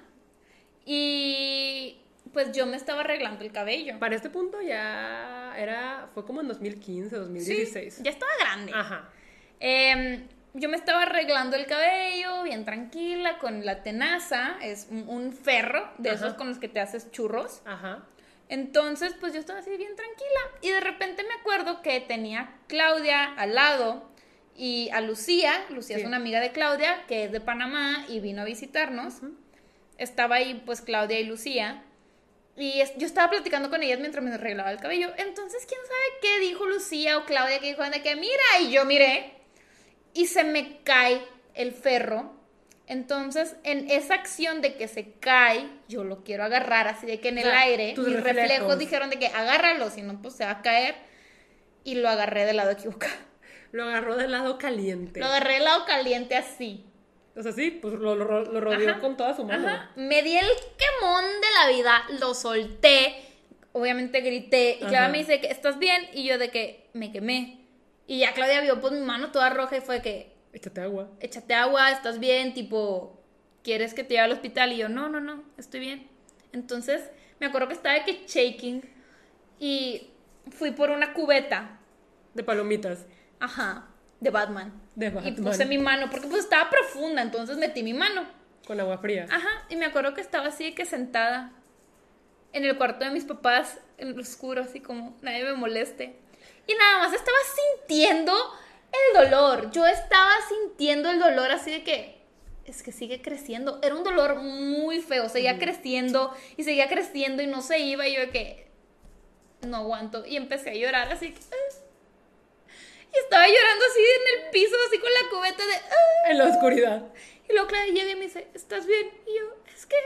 Y pues yo me estaba arreglando el cabello. Para este punto fue como en 2015, 2016. Sí, ya estaba grande. Ajá. Yo me estaba arreglando el cabello bien tranquila con la tenaza, es un ferro de esos con los que te haces churros. Ajá. Entonces, pues yo estaba así bien tranquila y de repente me acuerdo que tenía a Claudia al lado y a Lucía. Lucía Sí. es una amiga de Claudia que es de Panamá y vino a visitarnos. Estaba ahí pues Claudia y Lucía. Y yo estaba platicando con ellas mientras me arreglaba el cabello. Entonces, ¿quién sabe qué dijo Lucía o Claudia? Que dijo de que mira, y yo miré. Y se me cae el ferro. Entonces, en esa acción de que se cae, yo lo quiero agarrar así de que en el aire. tus Mis reflejos reflejos dijeron de que agárralo, si no, pues se va a caer. Y lo agarré del lado equivocado. Lo agarró del lado caliente. Lo agarré del lado caliente así. O sea, sí, pues lo rodeó con toda su mano. Ajá. Me di el quemón de la vida, lo solté. Obviamente grité. Y Claudia me dice que ¿estás bien? Y yo de que me quemé. Y ya Claudia vio pues mi mano toda roja y fue de que Échate agua. échate agua, estás bien, tipo, ¿quieres que te lleve al hospital? Y yo, no, estoy bien. Entonces, me acuerdo que estaba de que shaking y fui por una cubeta. De palomitas. Ajá, de Batman. De Batman. Y puse mi mano, porque pues estaba profunda, entonces metí mi mano. Con agua fría. Ajá, y me acuerdo que estaba así de que sentada en el cuarto de mis papás, en lo oscuro, así como nadie me moleste. Y nada más estaba sintiendo el dolor. Yo estaba sintiendo el dolor así de que, es que sigue creciendo. Era un dolor muy feo, seguía creciendo y seguía creciendo y no se iba. Y yo de que, no aguanto. Y empecé a llorar así que... Y estaba llorando así en el piso, así con la cubeta de... En la oscuridad. Y luego Claudia llega y me dice, ¿estás bien? Y yo, es que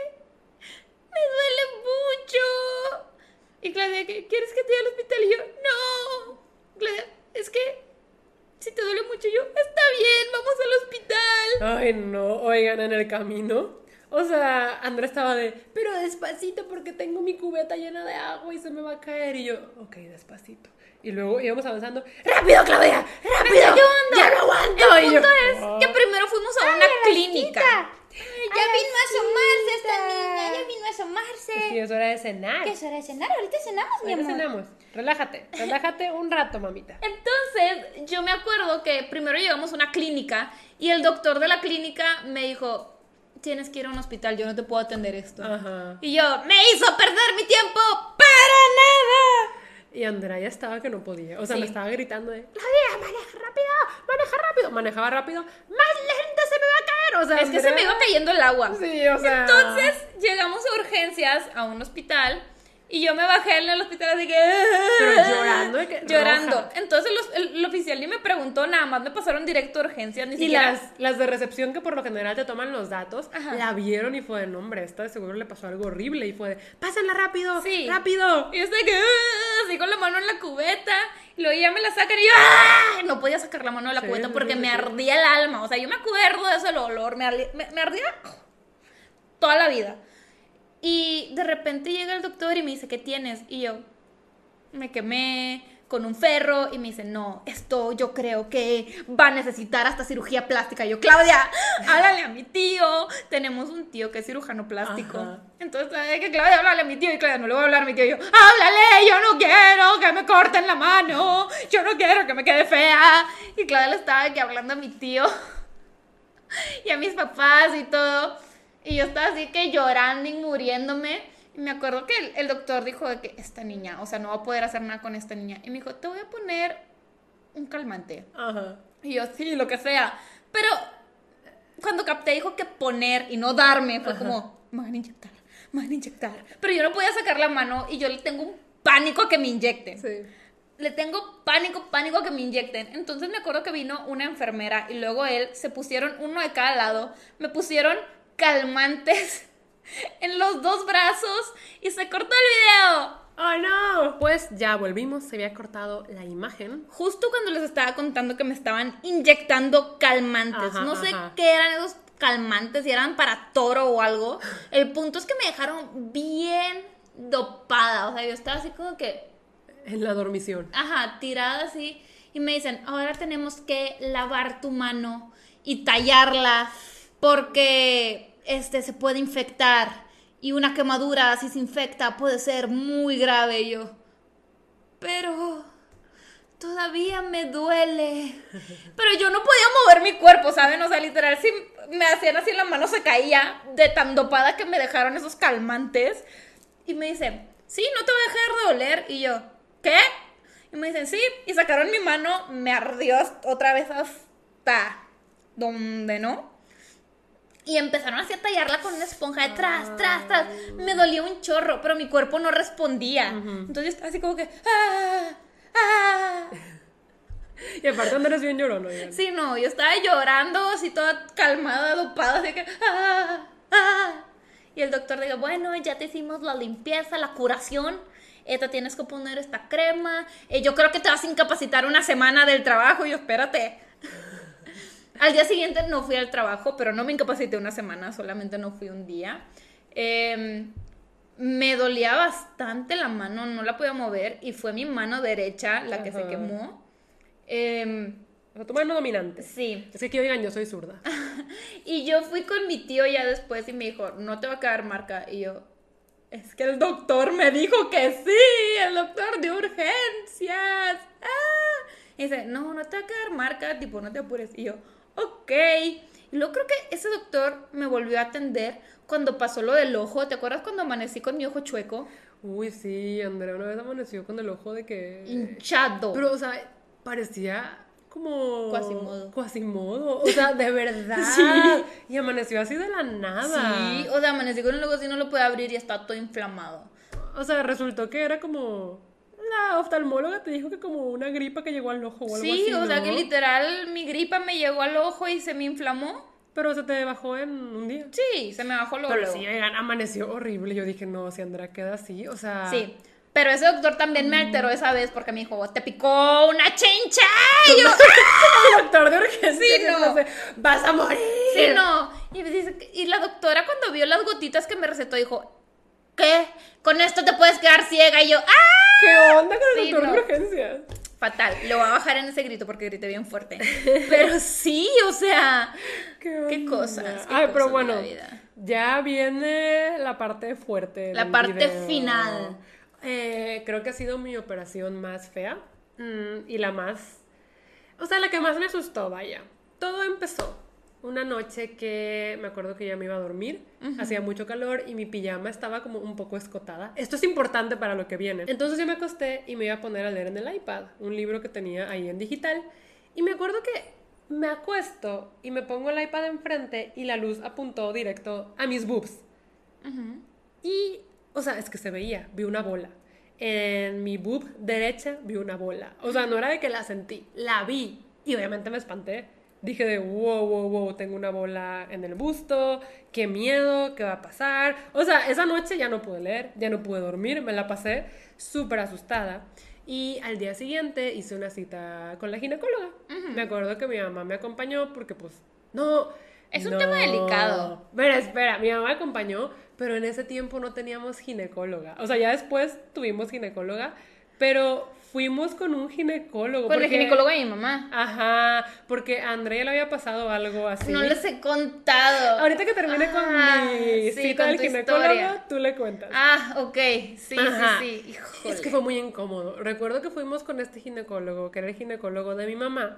me duele mucho. Y Claudia, ¿quieres que te lleve al hospital? Y yo, no. Claudia, es que si te duele mucho, yo, está bien, vamos al hospital. Ay, no, oigan, en el camino, o sea, Andrea estaba de, pero despacito porque tengo mi cubeta llena de agua y se me va a caer. Y yo, ok, despacito. Y luego íbamos avanzando, ¡rápido, Claudia! ¡Rápido! ¡Ya no aguanto! El punto es que primero fuimos a una clínica. Ya vino a asomarse esta niña, ya vino a asomarse. Es que es hora de cenar. ¿Qué es hora de cenar? Ahorita cenamos, mi Ahorita amor. cenamos. Relájate un rato, mamita. Entonces, yo me acuerdo que primero llegamos a una clínica y el doctor de la clínica me dijo, tienes que ir a un hospital, yo no te puedo atender esto. Ajá. Y yo, me hizo perder mi tiempo para nada. Y Andrea ya estaba que no podía. O sea, Sí. me estaba gritando de, Claudia, maneja rápido. Manejaba rápido. Más lento se me va a caer. O sea, Es que se me iba cayendo el agua. Sí, o sea. Entonces, llegamos a urgencias, a un hospital, y yo me bajé en el hospital así que... Pero llorando de que Llorando. roja. Entonces el oficial ni me preguntó nada más, me pasaron directo a urgencias, ni Y siquiera... las de recepción que por lo general te toman los datos, Ajá. la vieron y fue de nombre, esta de seguro le pasó algo horrible y fue de, pásenla rápido, Sí. rápido. Y yo estoy que... así con la mano en la cubeta, y luego ya me la sacan y yo... ¡ah! No podía sacar la mano de la Sí, cubeta sí, porque sí, me sí. ardía el alma. O sea, yo me acuerdo de ese olor, me ardía toda la vida. Y de repente llega el doctor y me dice, ¿qué tienes? Y yo, me quemé con un ferro. Y me dice, no, esto yo creo que va a necesitar hasta cirugía plástica. Y yo, Claudia, háblale a mi tío. Tenemos un tío que es cirujano plástico. Ajá. Entonces, ¿sabes que Claudia, háblale a mi tío? Y Claudia, no le voy a hablar a mi tío. Y yo, háblale, yo no quiero que me corten la mano. Yo no quiero que me quede fea. Y Claudia le estaba aquí hablando a mi tío y a mis papás y todo. Y yo estaba así que llorando y muriéndome. Y me acuerdo que el doctor dijo de que esta niña, o sea, no va a poder hacer nada con esta niña. Y me dijo, te voy a poner un calmante. Ajá. Y yo, sí, lo que sea. Pero cuando capté, dijo que poner y no darme, fue como, me van a inyectar, me van a inyectar. Pero yo no podía sacar la mano y yo le tengo un pánico a que me inyecten. Sí. Le tengo pánico a que me inyecten. Entonces me acuerdo que vino una enfermera y luego él, se pusieron uno de cada lado, me pusieron calmantes en los dos brazos y se cortó el video. ¡Ay, no! Pues ya volvimos, se había cortado la imagen. Justo cuando les estaba contando que me estaban inyectando calmantes. Ajá, No sé ajá. qué eran esos calmantes, si eran para toro o algo. El punto es que me dejaron bien dopada. O sea, yo estaba así como que... En la dormición. Ajá, tirada así. Y me dicen, ahora tenemos que lavar tu mano y tallarla porque se puede infectar. Y una quemadura, si se infecta, puede ser muy grave. Y yo, pero todavía me duele. Pero yo no podía mover mi cuerpo, ¿saben? O sea, literal, si me hacían así, la mano se caía de tan dopada que me dejaron esos calmantes. Y me dicen, sí, no te va a dejar de doler. Y yo, ¿qué? Y me dicen, sí. Y sacaron mi mano, me ardió otra vez hasta donde no. Y empezaron así a tallarla con una esponja de tras. Me dolía un chorro, pero mi cuerpo no respondía. Entonces yo estaba así como que... Y aparte Andrés bien llorón, oigan. Sí, no, yo estaba llorando así toda calmada, dopada, así que... Y el doctor dijo, bueno, ya te hicimos la limpieza, la curación. Te tienes que poner esta crema. Yo creo que te vas a incapacitar una semana del trabajo. Y yo, espérate. Al día siguiente no fui al trabajo, pero no me incapacité una semana, solamente no fui un día. Me dolía bastante la mano, no la podía mover y fue mi mano derecha la que se quemó. O sea, tu mano dominante. Sí. Es que oigan, yo soy zurda. Y yo fui con mi tío ya después y me dijo, no te va a quedar marca. Y yo, es que el doctor me dijo que sí, el doctor de urgencias. Y dice, no te va a quedar marca, tipo, no te apures. Y yo, ok. Y luego creo que ese doctor me volvió a atender cuando pasó lo del ojo. ¿Te acuerdas cuando amanecí con mi ojo chueco? Uy, sí, Andrea una vez amaneció con el ojo de que... Hinchado. Pero, o sea, parecía como... Quasimodo. Quasimodo, o sea, de verdad. Sí. Y amaneció así de la nada. Sí, o sea, amanecí con el ojo así, no lo puede abrir y está todo inflamado. O sea, resultó que era como... La oftalmóloga te dijo que como una gripa que llegó al ojo o algo así, Sí, o sea ¿no? que literal mi gripa me llegó al ojo y se me inflamó. Pero se te bajó en un día. Sí, se me bajó luego. Pero sí, oigan, amaneció horrible. Yo dije, no, si Andrea queda así, o sea... Sí, pero ese doctor también me alteró esa vez porque me dijo, te picó una chincha. Y yo, El doctor de urgencia. Sí, que no. dice, vas a morir. sí, no. Y la doctora cuando vio las gotitas que me recetó dijo, ¿qué? Con esto te puedes quedar ciega. Y yo, ¡ah! ¿Qué onda con el Sí, doctor no. de urgencia? Fatal, lo voy a bajar en ese grito porque grité bien fuerte. Pero sí, o sea, qué cosas. Ay, pero cosas bueno, de la vida. ya viene la parte fuerte. La del parte video. final. Creo que ha sido mi operación más fea y la más... O sea, la que más me asustó, vaya. Todo empezó una noche que me acuerdo que ya me iba a dormir, hacía mucho calor y mi pijama estaba como un poco escotada. Esto es importante para lo que viene. Entonces yo me acosté y me iba a poner a leer en el iPad, un libro que tenía ahí en digital. Y me acuerdo que me acuesto y me pongo el iPad enfrente y la luz apuntó directo a mis boobs. Y, o sea, es que se veía, vi una bola. En mi boob derecha vi una bola. O sea, no era de que la sentí, la vi. Y obviamente me espanté. Dije de wow, tengo una bola en el busto, qué miedo, qué va a pasar. O sea, esa noche ya no pude leer, ya no pude dormir, me la pasé súper asustada. Y al día siguiente hice una cita con la ginecóloga. Me acuerdo que mi mamá me acompañó porque pues, no... Es un tema delicado. Espera, mi mamá me acompañó, pero en ese tiempo no teníamos ginecóloga. O sea, ya después tuvimos ginecóloga, pero fuimos con un ginecólogo. Con el ginecólogo de mi mamá. Ajá, porque a Andrea le había pasado algo así. No les he contado. Ahorita que termine con mi sí, cita con del tu ginecólogo, historia. tú le cuentas. Ok, sí, Ajá. sí. Híjole. Es que fue muy incómodo. Recuerdo que fuimos con este ginecólogo, que era el ginecólogo de mi mamá.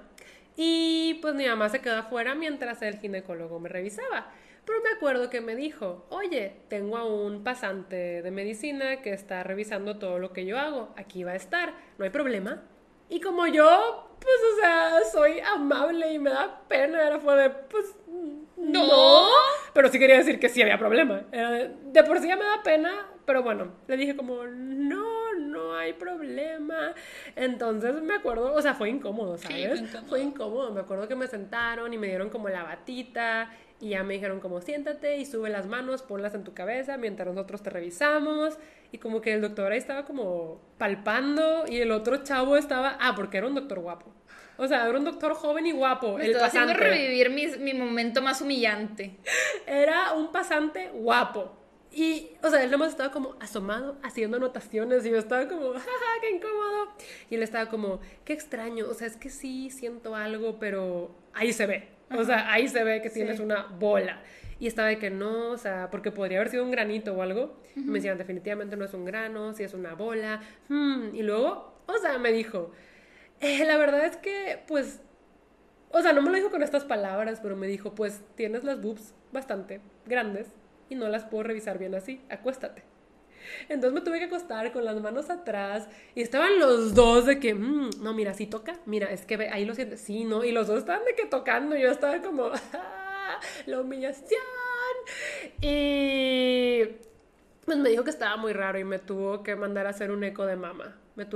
Y pues mi mamá se quedó afuera mientras el ginecólogo me revisaba. Pero me acuerdo que me dijo, oye, tengo a un pasante de medicina que está revisando todo lo que yo hago. Aquí va a estar, no hay problema. Y como yo, pues, o sea, soy amable y me da pena, era fue de, pues, no. Pero sí quería decir que sí había problema. Era de por sí ya me da pena, pero bueno, le dije como, no hay problema. Entonces me acuerdo, o sea, fue incómodo, ¿sabes? Sí, fue incómodo. Me acuerdo que me sentaron y me dieron como la batita y ya me dijeron como siéntate y sube las manos, ponlas en tu cabeza mientras nosotros te revisamos. Y como que el doctor ahí estaba como palpando y el otro chavo estaba, porque era un doctor guapo. O sea, era un doctor joven y guapo, Me el estoy haciendo pasante. revivir mi momento más humillante. Era un pasante guapo. Y, o sea, él nomás estaba como asomado, haciendo anotaciones, y yo estaba como, jaja, qué incómodo. Y él estaba como, qué extraño, o sea, es que sí siento algo, pero ahí se ve. O sea, ahí se ve que tienes una bola. Y estaba de que no, o sea, porque podría haber sido un granito o algo. Me decían, definitivamente no es un grano, sí es una bola. Y luego, o sea, me dijo, la verdad es que, pues, o sea, no me lo dijo con estas palabras, pero me dijo, pues, tienes las boobs bastante grandes y no las puedo revisar bien así, acuéstate. Entonces me tuve que acostar con las manos atrás y estaban los dos de que, no, mira, sí toca, mira, es que ve, ahí lo sientes, sí, no, y los dos estaban de que tocando y yo estaba como, la humillación. Y pues me dijo que estaba muy raro y me tuvo que mandar a hacer un eco de mama.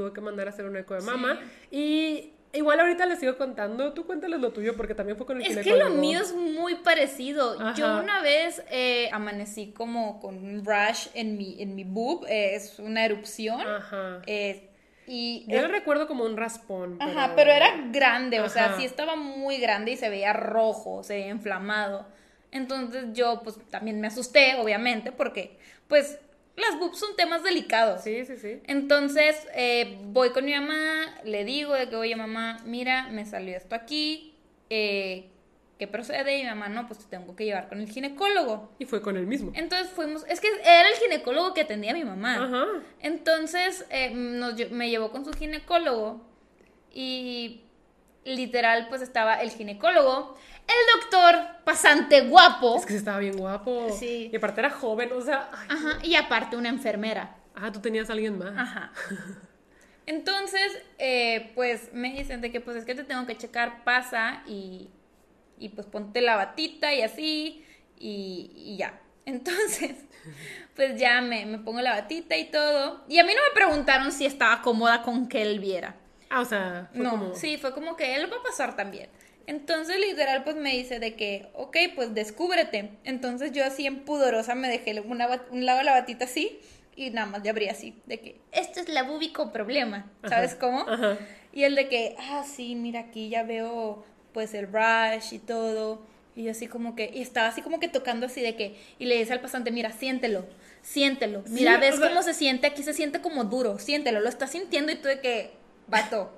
Y igual ahorita les sigo contando. Tú cuéntales lo tuyo porque también fue con el ginecólogo. Es que lo mío es muy parecido. Ajá. Yo una vez amanecí como con un rash en mi boob. Es una erupción. Ajá. Y Yo lo recuerdo como un raspón. pero era grande. O sea, Ajá. sí estaba muy grande y se veía rojo, se veía inflamado. Entonces yo pues también me asusté, obviamente, porque pues las boobs son temas delicados. Sí. Entonces voy con mi mamá, le digo de que, oye mamá, mira, me salió esto aquí, ¿qué procede? Y mi mamá, no, pues te tengo que llevar con el ginecólogo. Y fue con el mismo. Entonces fuimos, es que era el ginecólogo que atendía a mi mamá. Ajá. Entonces me llevó con su ginecólogo y literal pues estaba el ginecólogo, el doctor pasante guapo. Es que estaba bien guapo. Sí. Y aparte era joven, o sea... Ay. Ajá, y aparte una enfermera. Tú tenías a alguien más. Ajá. Entonces, pues me dicen de que pues es que te tengo que checar, pasa y pues ponte la batita y así y ya. Entonces, pues ya me pongo la batita y todo. Y a mí no me preguntaron si estaba cómoda con que él viera. O sea, fue como... Sí, fue como que él va a pasar también. Entonces, literal, pues me dice de que, ok, pues descúbrete. Entonces yo así en pudorosa me dejé un lado de la batita así y nada más le abrí así, de que, esto es la boobie con problema, ¿sabes cómo? Ajá. Y el de que, sí, mira, aquí ya veo pues el brush y todo. Y yo así como que, y estaba así como que tocando así de que, y le dice al pasante, mira, siéntelo, mira, Sí, ¿ves o sea... cómo se siente? Aquí se siente como duro, siéntelo, lo estás sintiendo y tú de que, vato,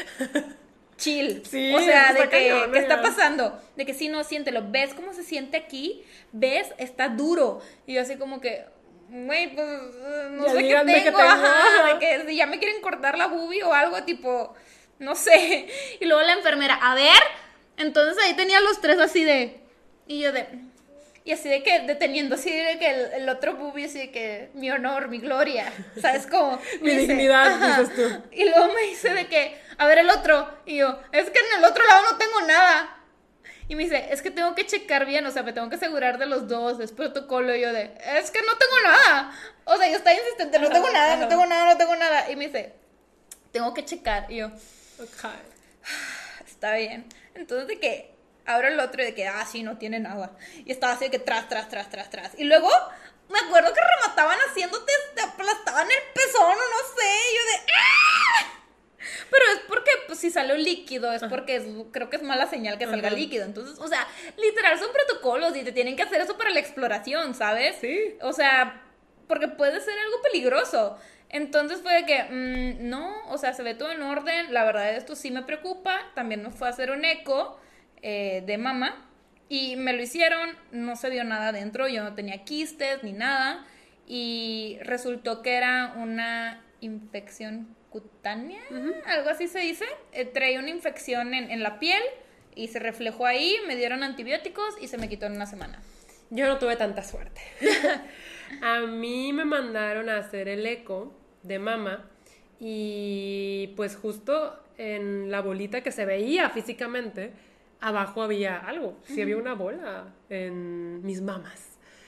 chill. Sí, o sea, está de que, cañón, ¿qué está oigan. pasando? De que sí, no, siéntelo, ¿ves cómo se siente aquí? ¿Ves? Está duro. Y yo así como que, güey, pues, no Ya sé qué díganme qué tengo, tengo. ajá, de que si ya me quieren cortar la boobie o algo, tipo, no sé. Y luego la enfermera, a ver, entonces ahí tenía los tres así de, y yo de, y así de que deteniendo así de que el otro boobie así de que mi honor, mi gloria, ¿sabes cómo? Mi dignidad, ajá. dices tú. Y luego me dice de que, a ver el otro, y yo, es que en el otro lado no tengo nada. Y me dice, es que tengo que checar bien, o sea, me tengo que asegurar de los dos, es protocolo. Y yo de, es que no tengo nada. O sea, yo estaba insistente, no tengo nada, no tengo nada, no tengo nada. Y me dice, tengo que checar. Y yo, Ok. está bien. Entonces de que abro el otro y de que, sí, no tiene nada. Y estaba así de que tras. Y luego me acuerdo que remataban haciéndote, te aplastaban el pezón o no sé. Y yo de, ¡ah! Pero es porque, pues, si sale un líquido, es porque creo que es mala señal que salga líquido. Entonces, o sea, literal son protocolos y te tienen que hacer eso para la exploración, ¿sabes? Sí. O sea, porque puede ser algo peligroso. Entonces fue de que, no, o sea, se ve todo en orden. La verdad, esto sí me preocupa. También me fue a hacer un eco de mama y me lo hicieron. No se vio nada adentro. Yo no tenía quistes ni nada. Y resultó que era una infección cutánea, algo así se dice. Traía una infección en la piel y se reflejó ahí, me dieron antibióticos y se me quitó en una semana. Yo no tuve tanta suerte. A mí me mandaron a hacer el eco de mama y pues justo en la bolita que se veía físicamente, abajo había algo, sí había una bola en mis mamas.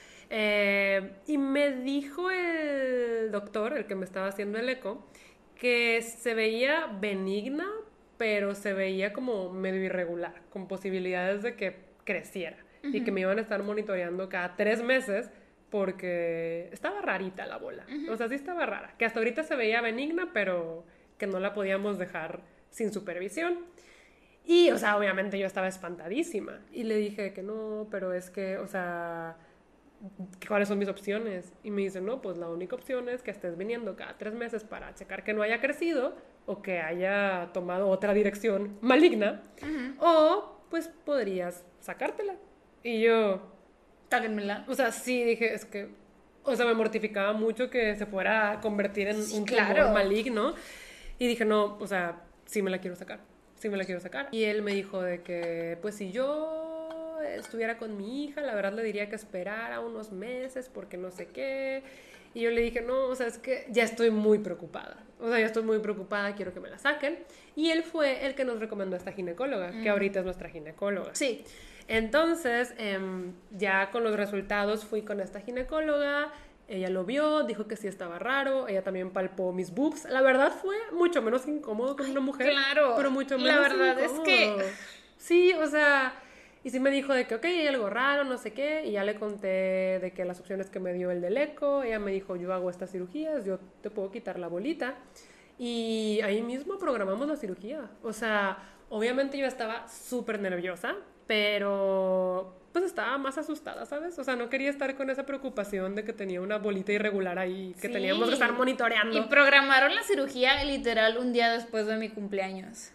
Y me dijo el doctor, el que me estaba haciendo el eco, que se veía benigna, pero se veía como medio irregular, con posibilidades de que creciera y que me iban a estar monitoreando cada 3 meses porque estaba rarita la bola. O sea, sí estaba rara, que hasta ahorita se veía benigna, pero que no la podíamos dejar sin supervisión. Y, o sea, obviamente yo estaba espantadísima y le dije que no, pero es que, o sea, ¿cuáles son mis opciones? Y me dice, no, pues la única opción es que estés viniendo cada 3 meses para checar que no haya crecido o que haya tomado otra dirección maligna, o pues podrías sacártela. Y yo, Sáquenmela. o sea, sí dije, es que, o sea, me mortificaba mucho que se fuera a convertir en un tumor claro. maligno. Y dije, no, o sea, sí me la quiero sacar, sí me la quiero sacar. Y él me dijo de que, pues si yo estuviera con mi hija, la verdad le diría que esperara unos meses porque no sé qué. Y yo le dije, no, o sea, es que ya estoy muy preocupada. O sea, ya estoy muy preocupada, quiero que me la saquen. Y él fue el que nos recomendó a esta ginecóloga, que ahorita es nuestra ginecóloga. Sí. Entonces, ya con los resultados fui con esta ginecóloga. Ella lo vio, dijo que sí estaba raro. Ella también palpó mis boobs. La verdad fue mucho menos incómodo con una mujer. Claro. Pero mucho menos La verdad incómodo. es que... Sí, o sea... Y sí me dijo de que, ok, hay algo raro, no sé qué. Y ya le conté de que las opciones que me dio el del eco. Ella me dijo, yo hago estas cirugías, yo te puedo quitar la bolita. Y ahí mismo programamos la cirugía. O sea, obviamente yo estaba súper nerviosa, pero pues estaba más asustada, ¿sabes? O sea, no quería estar con esa preocupación de que tenía una bolita irregular ahí, que teníamos que estar monitoreando. Y programaron la cirugía literal un día después de mi cumpleaños.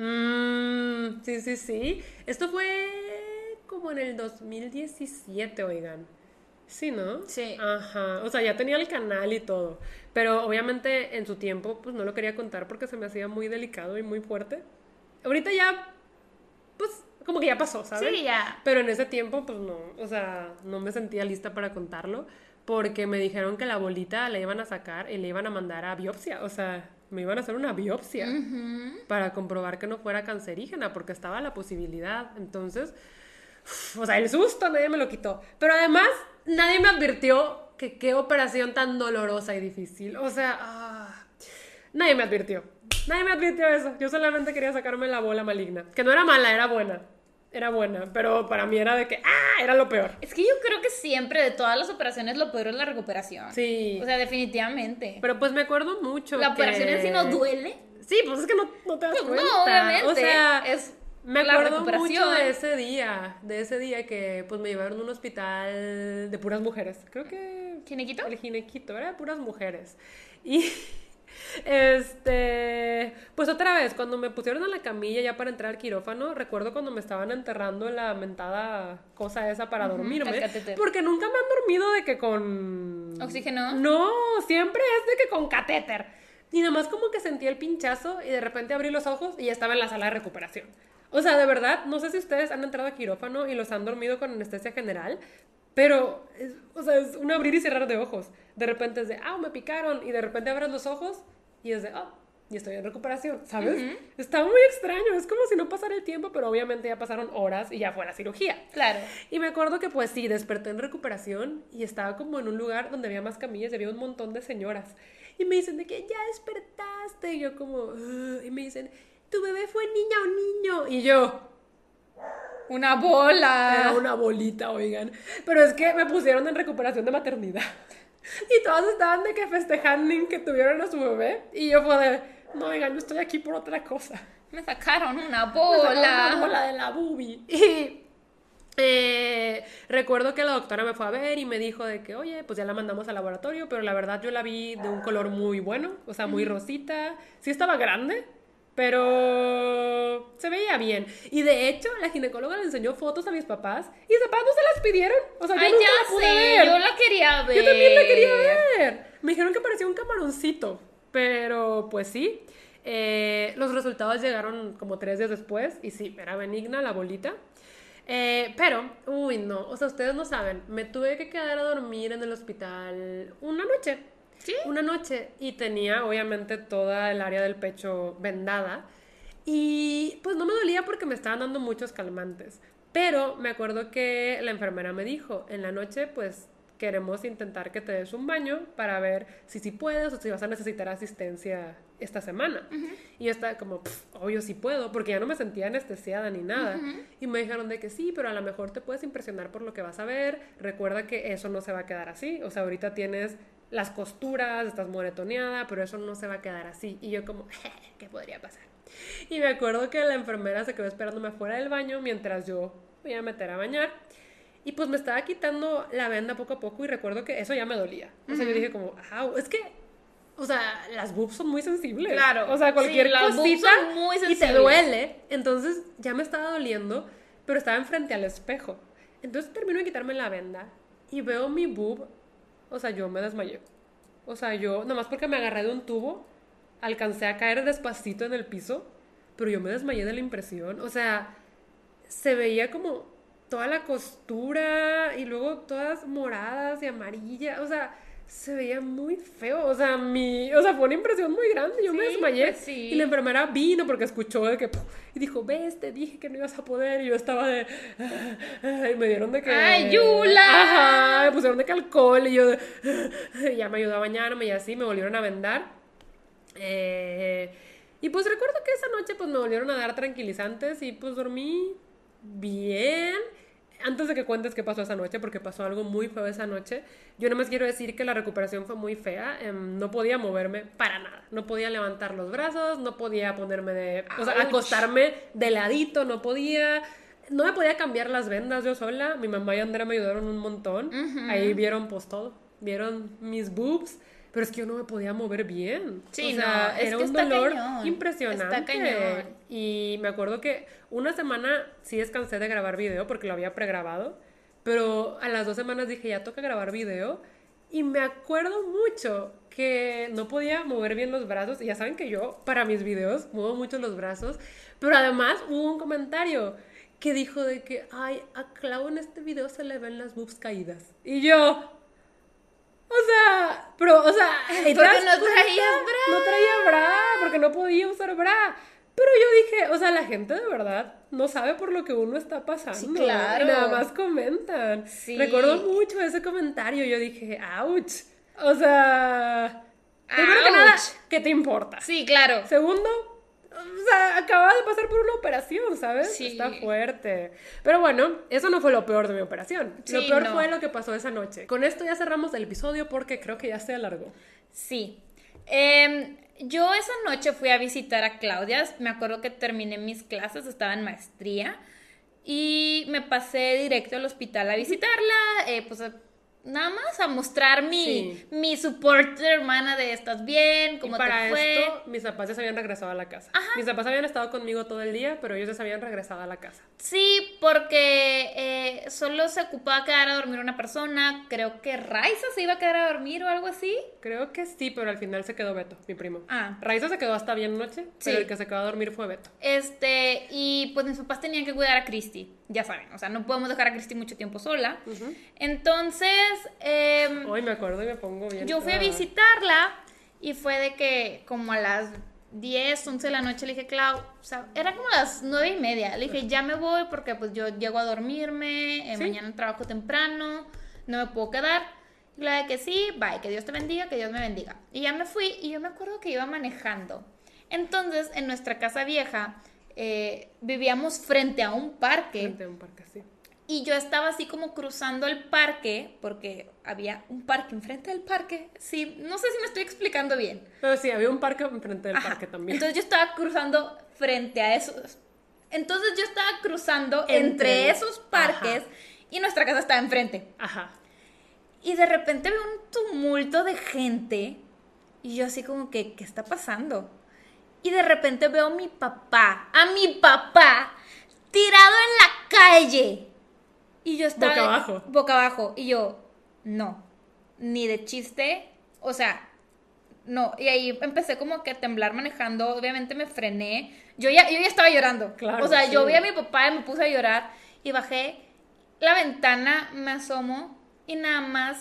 Sí. Esto fue como en el 2017, oigan. Sí, ¿no? Sí. Ajá. O sea, ya tenía el canal y todo. Pero obviamente en su tiempo, pues no lo quería contar porque se me hacía muy delicado y muy fuerte. Ahorita ya, pues, como que ya pasó, ¿sabes? Sí, ya. Pero en ese tiempo, pues no. O sea, no me sentía lista para contarlo. porque me dijeron que la bolita la iban a sacar y le iban a mandar a biopsia, o sea, me iban a hacer una biopsia para comprobar que no fuera cancerígena, porque estaba la posibilidad. Entonces, o sea, el susto nadie me lo quitó, pero además nadie me advirtió que qué operación tan dolorosa y difícil, o sea, nadie me advirtió eso. Yo solamente quería sacarme la bola maligna, que no era mala, era buena, pero para mí era de que, era lo peor. Es que yo creo que siempre de todas las operaciones lo peor es la recuperación. Sí. O sea, definitivamente. Pero pues me acuerdo mucho la operación en sí no duele. Sí, pues es que no te das cuenta. No, obviamente. O sea, es me acuerdo mucho de ese día que pues me llevaron a un hospital de puras mujeres. Creo que... ¿Ginequito? El ginequito, era de puras mujeres. Y... pues otra vez, cuando me pusieron en la camilla ya para entrar al quirófano, recuerdo cuando me estaban enterrando en la mentada cosa esa para dormirme, porque nunca me han dormido de que con... ¿Oxígeno? No, siempre es de que con catéter. Y nada más como que sentí el pinchazo y de repente abrí los ojos y ya estaba en la sala de recuperación. O sea, de verdad, no sé si ustedes han entrado a quirófano y los han dormido con anestesia general, pero, es un abrir y cerrar de ojos. De repente es de, me picaron, y de repente abres los ojos y es de, y estoy en recuperación, ¿sabes? Está muy extraño, es como si no pasara el tiempo, pero obviamente ya pasaron horas y ya fue la cirugía. Claro. Y me acuerdo que pues sí, desperté en recuperación y estaba como en un lugar donde había más camillas y había un montón de señoras. Y me dicen de que ya despertaste, y yo como, y me dicen, ¿tu bebé fue niña o niño? Y yo... Una bola. Era una bolita, oigan. Pero es que me pusieron en recuperación de maternidad. Y todas estaban de que festejando que tuvieron a su bebé. Y yo fue de, no, oigan, yo estoy aquí por otra cosa. Me sacaron una bola. Una bola de la boobie. Y recuerdo que la doctora me fue a ver y me dijo de que, oye, pues ya la mandamos al laboratorio. Pero la verdad yo la vi de un color muy bueno. O sea, muy rosita. Sí estaba grande, pero se veía bien. Y de hecho, la ginecóloga le enseñó fotos a mis papás y mis papás no se las pidieron. O sea, yo nunca la pude ver. Yo la quería ver. Yo también la quería ver. Me dijeron que parecía un camaroncito, pero pues sí. Los resultados llegaron como 3 días después y sí, era benigna la bolita. Pero, no, o sea, ustedes no saben, me tuve que quedar a dormir en el hospital una noche. ¿Sí? Una noche, y tenía obviamente toda el área del pecho vendada y pues no me dolía porque me estaban dando muchos calmantes, pero me acuerdo que la enfermera me dijo, en la noche pues queremos intentar que te des un baño para ver si puedes o si vas a necesitar asistencia esta semana. Y yo estaba como, obvio sí puedo, porque ya no me sentía anestesiada ni nada. Y me dijeron de que sí, pero a lo mejor te puedes impresionar por lo que vas a ver, recuerda que eso no se va a quedar así, o sea, ahorita tienes las costuras, estás moretoneada, pero eso no se va a quedar así. Y yo como, ¿qué podría pasar? Y me acuerdo que la enfermera se quedó esperándome afuera del baño mientras yo me iba a meter a bañar. Y pues me estaba quitando la venda poco a poco y recuerdo que eso ya me dolía. O sea, yo dije como, es que, o sea, las boobs son muy sensibles. Claro. O sea, cualquier cosita son muy sensibles. y te duele. Entonces ya me estaba doliendo, pero estaba enfrente al espejo. Entonces termino de quitarme la venda y veo mi boob. O sea, yo me desmayé. O sea, yo, nomás porque me agarré de un tubo, alcancé a caer despacito en el piso, pero yo me desmayé de la impresión. O sea, se veía como toda la costura y luego todas moradas y amarillas. O sea, se veía muy feo. O sea, fue una impresión muy grande. Yo me desmayé. Pues sí. Y la enfermera vino porque escuchó de que... Y dijo, ves, te dije que no ibas a poder. Y yo estaba de... Y me dieron de que... ¡Ay, Yula! Ajá, me pusieron de que alcohol. Y yo ya me ayudó a bañarme y así. Me volvieron a vendar. Y pues recuerdo que esa noche pues me volvieron a dar tranquilizantes. Y pues dormí bien. Antes de que cuentes qué pasó esa noche, porque pasó algo muy feo esa noche, yo nomás quiero decir que la recuperación fue muy fea. No podía moverme para nada. No podía levantar los brazos, no podía ponerme o sea, acostarme de ladito, no me podía cambiar las vendas yo sola. Mi mamá y Andrea me ayudaron un montón. Ahí vieron pues todo, vieron mis boobs. Pero es que yo no me podía mover bien. Sí, o sea, es era que un dolor cañón. impresionante. Está cañón. Y me acuerdo que una semana sí descansé de grabar video porque lo había pregrabado. Pero a las 2 semanas dije, ya toca grabar video. Y me acuerdo mucho que no podía mover bien los brazos. Y ya saben que yo, para mis videos, muevo mucho los brazos. Pero además hubo un comentario que dijo de que, ay, a Clau en este video se le ven las boobs caídas. Y yo... Porque no traías bra. No traía bra, porque no podía usar bra. Pero yo dije, o sea, la gente de verdad no sabe por lo que uno está pasando. Sí, claro. Y nada más comentan. Sí. Recuerdo mucho ese comentario. Yo dije, ouch. O sea, primero que nada, ¿qué te importa? Sí, claro. Segundo, o sea, acababa de pasar por una operación, ¿sabes? Sí. Está fuerte. Pero bueno, eso no fue lo peor de mi operación. Sí, lo peor no. fue lo que pasó esa noche. Con esto ya cerramos el episodio porque creo que ya se alargó. Sí. Yo esa noche fui a visitar a Claudia. Me acuerdo que terminé mis clases, estaba en maestría. Y me pasé directo al hospital a visitarla. Pues nada más a mostrar mi support hermana de ¿estás bien? ¿Cómo y para te fue? esto, mis papás ya se habían regresado a la casa. Ajá. Mis papás habían estado conmigo todo el día, pero ellos ya se habían regresado a la casa. Sí, porque solo se ocupaba quedar a dormir una persona. Creo que Raiza se iba a quedar a dormir o algo así. Creo que sí, pero al final se quedó Beto, mi primo. Ah. Raiza se quedó hasta bien noche, pero Sí. el que se quedó a dormir fue Beto. Y pues mis papás tenían que cuidar a Cristi, ya saben, o sea, no podemos dejar a Cristi mucho tiempo sola. Entonces, Hoy me acuerdo y me pongo bien. yo fui a visitarla y fue de que como a las 10, 11 de la noche le dije, Clau, o sea, era como las 9:30, le dije, ya me voy porque pues yo llego a dormirme, ¿Sí? mañana trabajo temprano, no me puedo quedar. Y la de que sí, bye, que Dios te bendiga, que Dios me bendiga. Y ya me fui y yo me acuerdo que iba manejando. Entonces, en nuestra casa vieja, vivíamos frente a un parque. Frente a un parque, sí. Y yo estaba así como cruzando el parque, porque había un parque enfrente del parque. Sí, no sé si me estoy explicando bien. Pero sí, había un parque enfrente del Ajá. parque también. Entonces yo estaba cruzando frente a esos. Entonces yo estaba cruzando entre esos parques. Ajá. Y nuestra casa estaba enfrente. Ajá. Y de repente veo un tumulto de gente. Y yo así como que, ¿qué está pasando? Y de repente veo a mi papá, tirado en la calle. Y yo estaba... Boca abajo. Boca abajo. Y yo, no, ni de chiste. O sea, no. Y ahí empecé como que a temblar manejando. Obviamente me frené. Yo ya estaba llorando. Claro, o sea, sí. yo vi a mi papá y me puse a llorar. Y bajé la ventana, me asomo y nada más...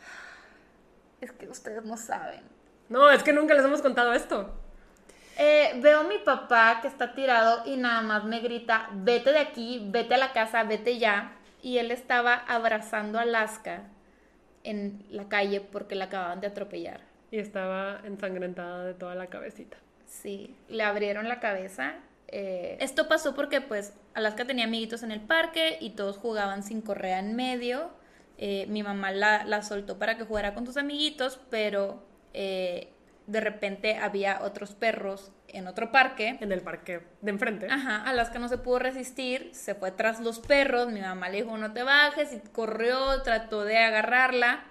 Es que ustedes no saben. No, es que nunca les hemos contado esto. Veo a mi papá que está tirado y nada más me grita, vete de aquí, vete a la casa, vete ya. Y él estaba abrazando a Alaska en la calle porque la acababan de atropellar. Y estaba ensangrentada de toda la cabecita. Sí, le abrieron la cabeza. Esto pasó porque pues Alaska tenía amiguitos en el parque y todos jugaban sin correa en medio. Mi mamá la soltó para que jugara con sus amiguitos, pero de repente había otros perros en otro parque. En el parque de enfrente. Ajá, Alaska no se pudo resistir, se fue tras los perros, mi mamá le dijo no te bajes y corrió, trató de agarrarla,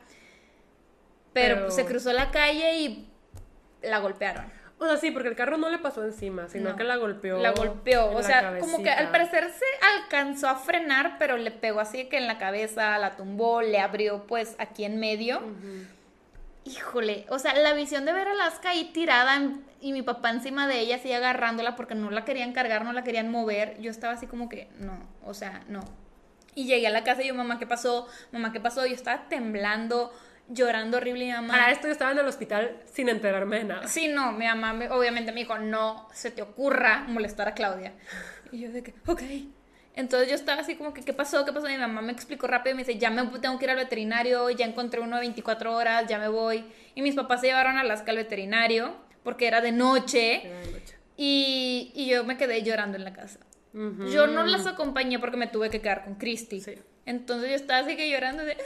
pero pues, se cruzó la calle y la golpearon. O sea, sí, porque el carro no le pasó encima, sino No, que la golpeó. La golpeó, en o la sea, como que al cabecita. parecer se alcanzó a frenar, pero le pegó así que en la cabeza, la tumbó, le abrió pues aquí en medio. Híjole, o sea, la visión de ver a Alaska ahí tirada y mi papá encima de ella así agarrándola porque no la querían cargar, no la querían mover, yo estaba así como que, no, o sea, no. Y llegué a la casa y yo, mamá, ¿qué pasó? Mamá, ¿qué pasó? Yo estaba temblando, llorando horrible y mi mamá... Para esto yo estaba en el hospital sin enterarme de nada. Sí, no, mi mamá obviamente me dijo, no se te ocurra molestar a Claudia. Y yo de que, ok. Entonces yo estaba así como que, ¿qué pasó? ¿Qué pasó? Y mi mamá me explicó rápido y me dice, ya me tengo que ir al veterinario, ya encontré uno de 24 horas, ya me voy. Y mis papás se llevaron a Alaska al veterinario porque era de noche. Era de noche. Y yo me quedé llorando en la casa. Yo no las acompañé porque me tuve que quedar con Cristi. Sí. Entonces yo estaba así que llorando de...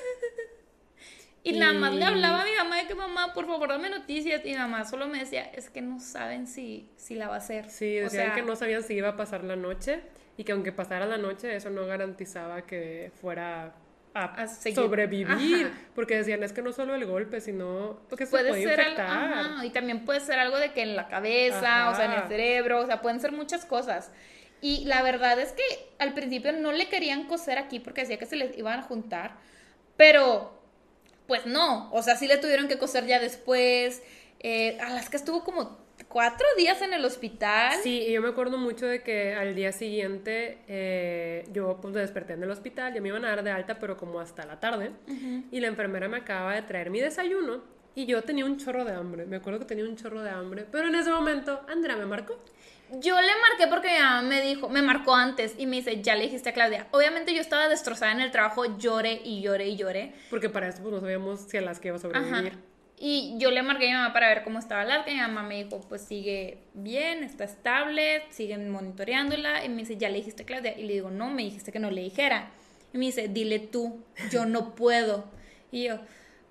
Y nada más le hablaba a mi mamá de que mamá, por favor, dame noticias. Y mi mamá solo me decía, es que no saben si la va a hacer. Sí, O decían sea, que no sabían si iba a pasar la noche y que aunque pasara la noche eso no garantizaba que fuera a seguir. sobrevivir. Ajá. Porque decían, es que no solo el golpe, sino que se puede puede ser infectar. ajá, y también puede ser algo de que en la cabeza, Ajá. o sea, en el cerebro, o sea, pueden ser muchas cosas. Y la verdad es que al principio no le querían coser aquí porque decía que se les iban a juntar, pero pues no, o sea, sí le tuvieron que coser ya después. Alaska estuvo como 4 días en el hospital. Sí, y yo me acuerdo mucho de que al día siguiente yo pues desperté en el hospital, ya me iban a dar de alta, pero como hasta la tarde, y la enfermera me acaba de traer mi desayuno, y yo tenía un chorro de hambre, me acuerdo que tenía un chorro de hambre, pero en ese momento Andrea me marcó. Yo le marqué porque mi mamá me marcó antes y me dice, ya le dijiste a Claudia. Obviamente yo estaba destrozada en el trabajo, lloré y lloré y lloré. Porque para eso pues no sabíamos si Alaska iba a sobrevivir. Ajá. Y yo le marqué a mi mamá para ver cómo estaba Alaska y mi mamá me dijo, pues sigue bien, está estable, siguen monitoreándola. Y me dice, ya le dijiste a Claudia. Y le digo, no, me dijiste que no le dijera. Y me dice, dile tú, yo no puedo. Y yo,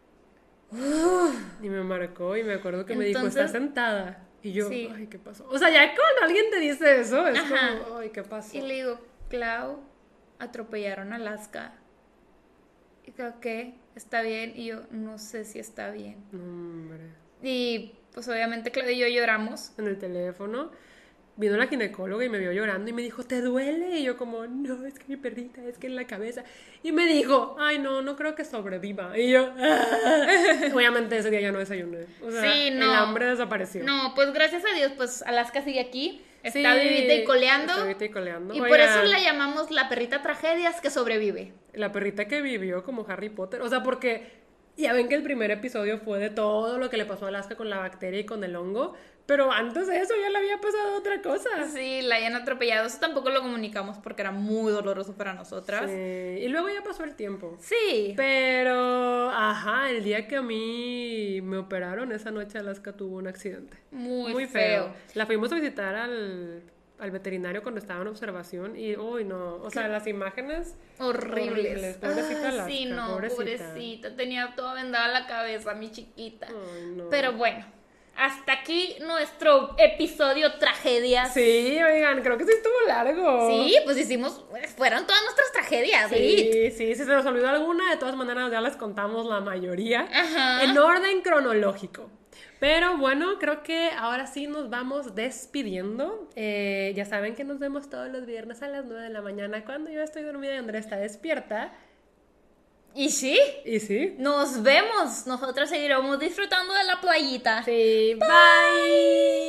y me marcó y me acuerdo que me dijo, está sentada. Y yo, sí. Ay, ¿qué pasó? O sea, ya cuando alguien te dice eso, es como, ay, ¿qué pasó? Y le digo, Clau, atropellaron a Alaska. Y creo que está bien. Y yo, no sé si está bien. Hombre. Y pues obviamente Claudia y yo lloramos. En el teléfono. Vino la ginecóloga y me vio llorando y me dijo, ¿te duele? Y yo como, no, es que mi perrita, es que en la cabeza. Y me dijo, ay, no creo que sobreviva. Y yo, obviamente ese día ya no desayuné. O sea, sí, no. El hambre desapareció. No, pues gracias a Dios, pues Alaska sigue aquí. Está vivita y coleando. Está vivita y coleando. Y por eso la llamamos la perrita tragedias que sobrevive. La perrita que vivió como Harry Potter. O sea, porque ya ven que el primer episodio fue de todo lo que le pasó a Alaska con la bacteria y con el hongo. Pero antes de eso ya le había pasado otra cosa. Sí, la habían atropellado. Eso tampoco lo comunicamos porque era muy doloroso para nosotras. Sí, y luego ya pasó el tiempo. Sí. Pero, el día que a mí me operaron, esa noche Alaska tuvo un accidente. Muy feo. La fuimos a visitar al veterinario cuando estaba en observación y, uy, no, o sea, las imágenes... Horribles. Pobrecita Alaska, sí, no, pobrecita. Tenía toda vendada la cabeza, mi chiquita. Ay, no. Pero bueno. Hasta aquí nuestro episodio tragedias. Sí, oigan, creo que sí estuvo largo. Sí, pues fueron todas nuestras tragedias. Sí, si se nos olvidó alguna, de todas maneras ya les contamos la mayoría. Ajá. En orden cronológico. Pero bueno, creo que ahora sí nos vamos despidiendo. Ya saben que nos vemos todos los viernes a las 9 de la mañana cuando yo estoy dormida y Andrea está despierta. ¿Y sí? Nos vemos. Nosotras seguiremos disfrutando de la playita. Sí, bye.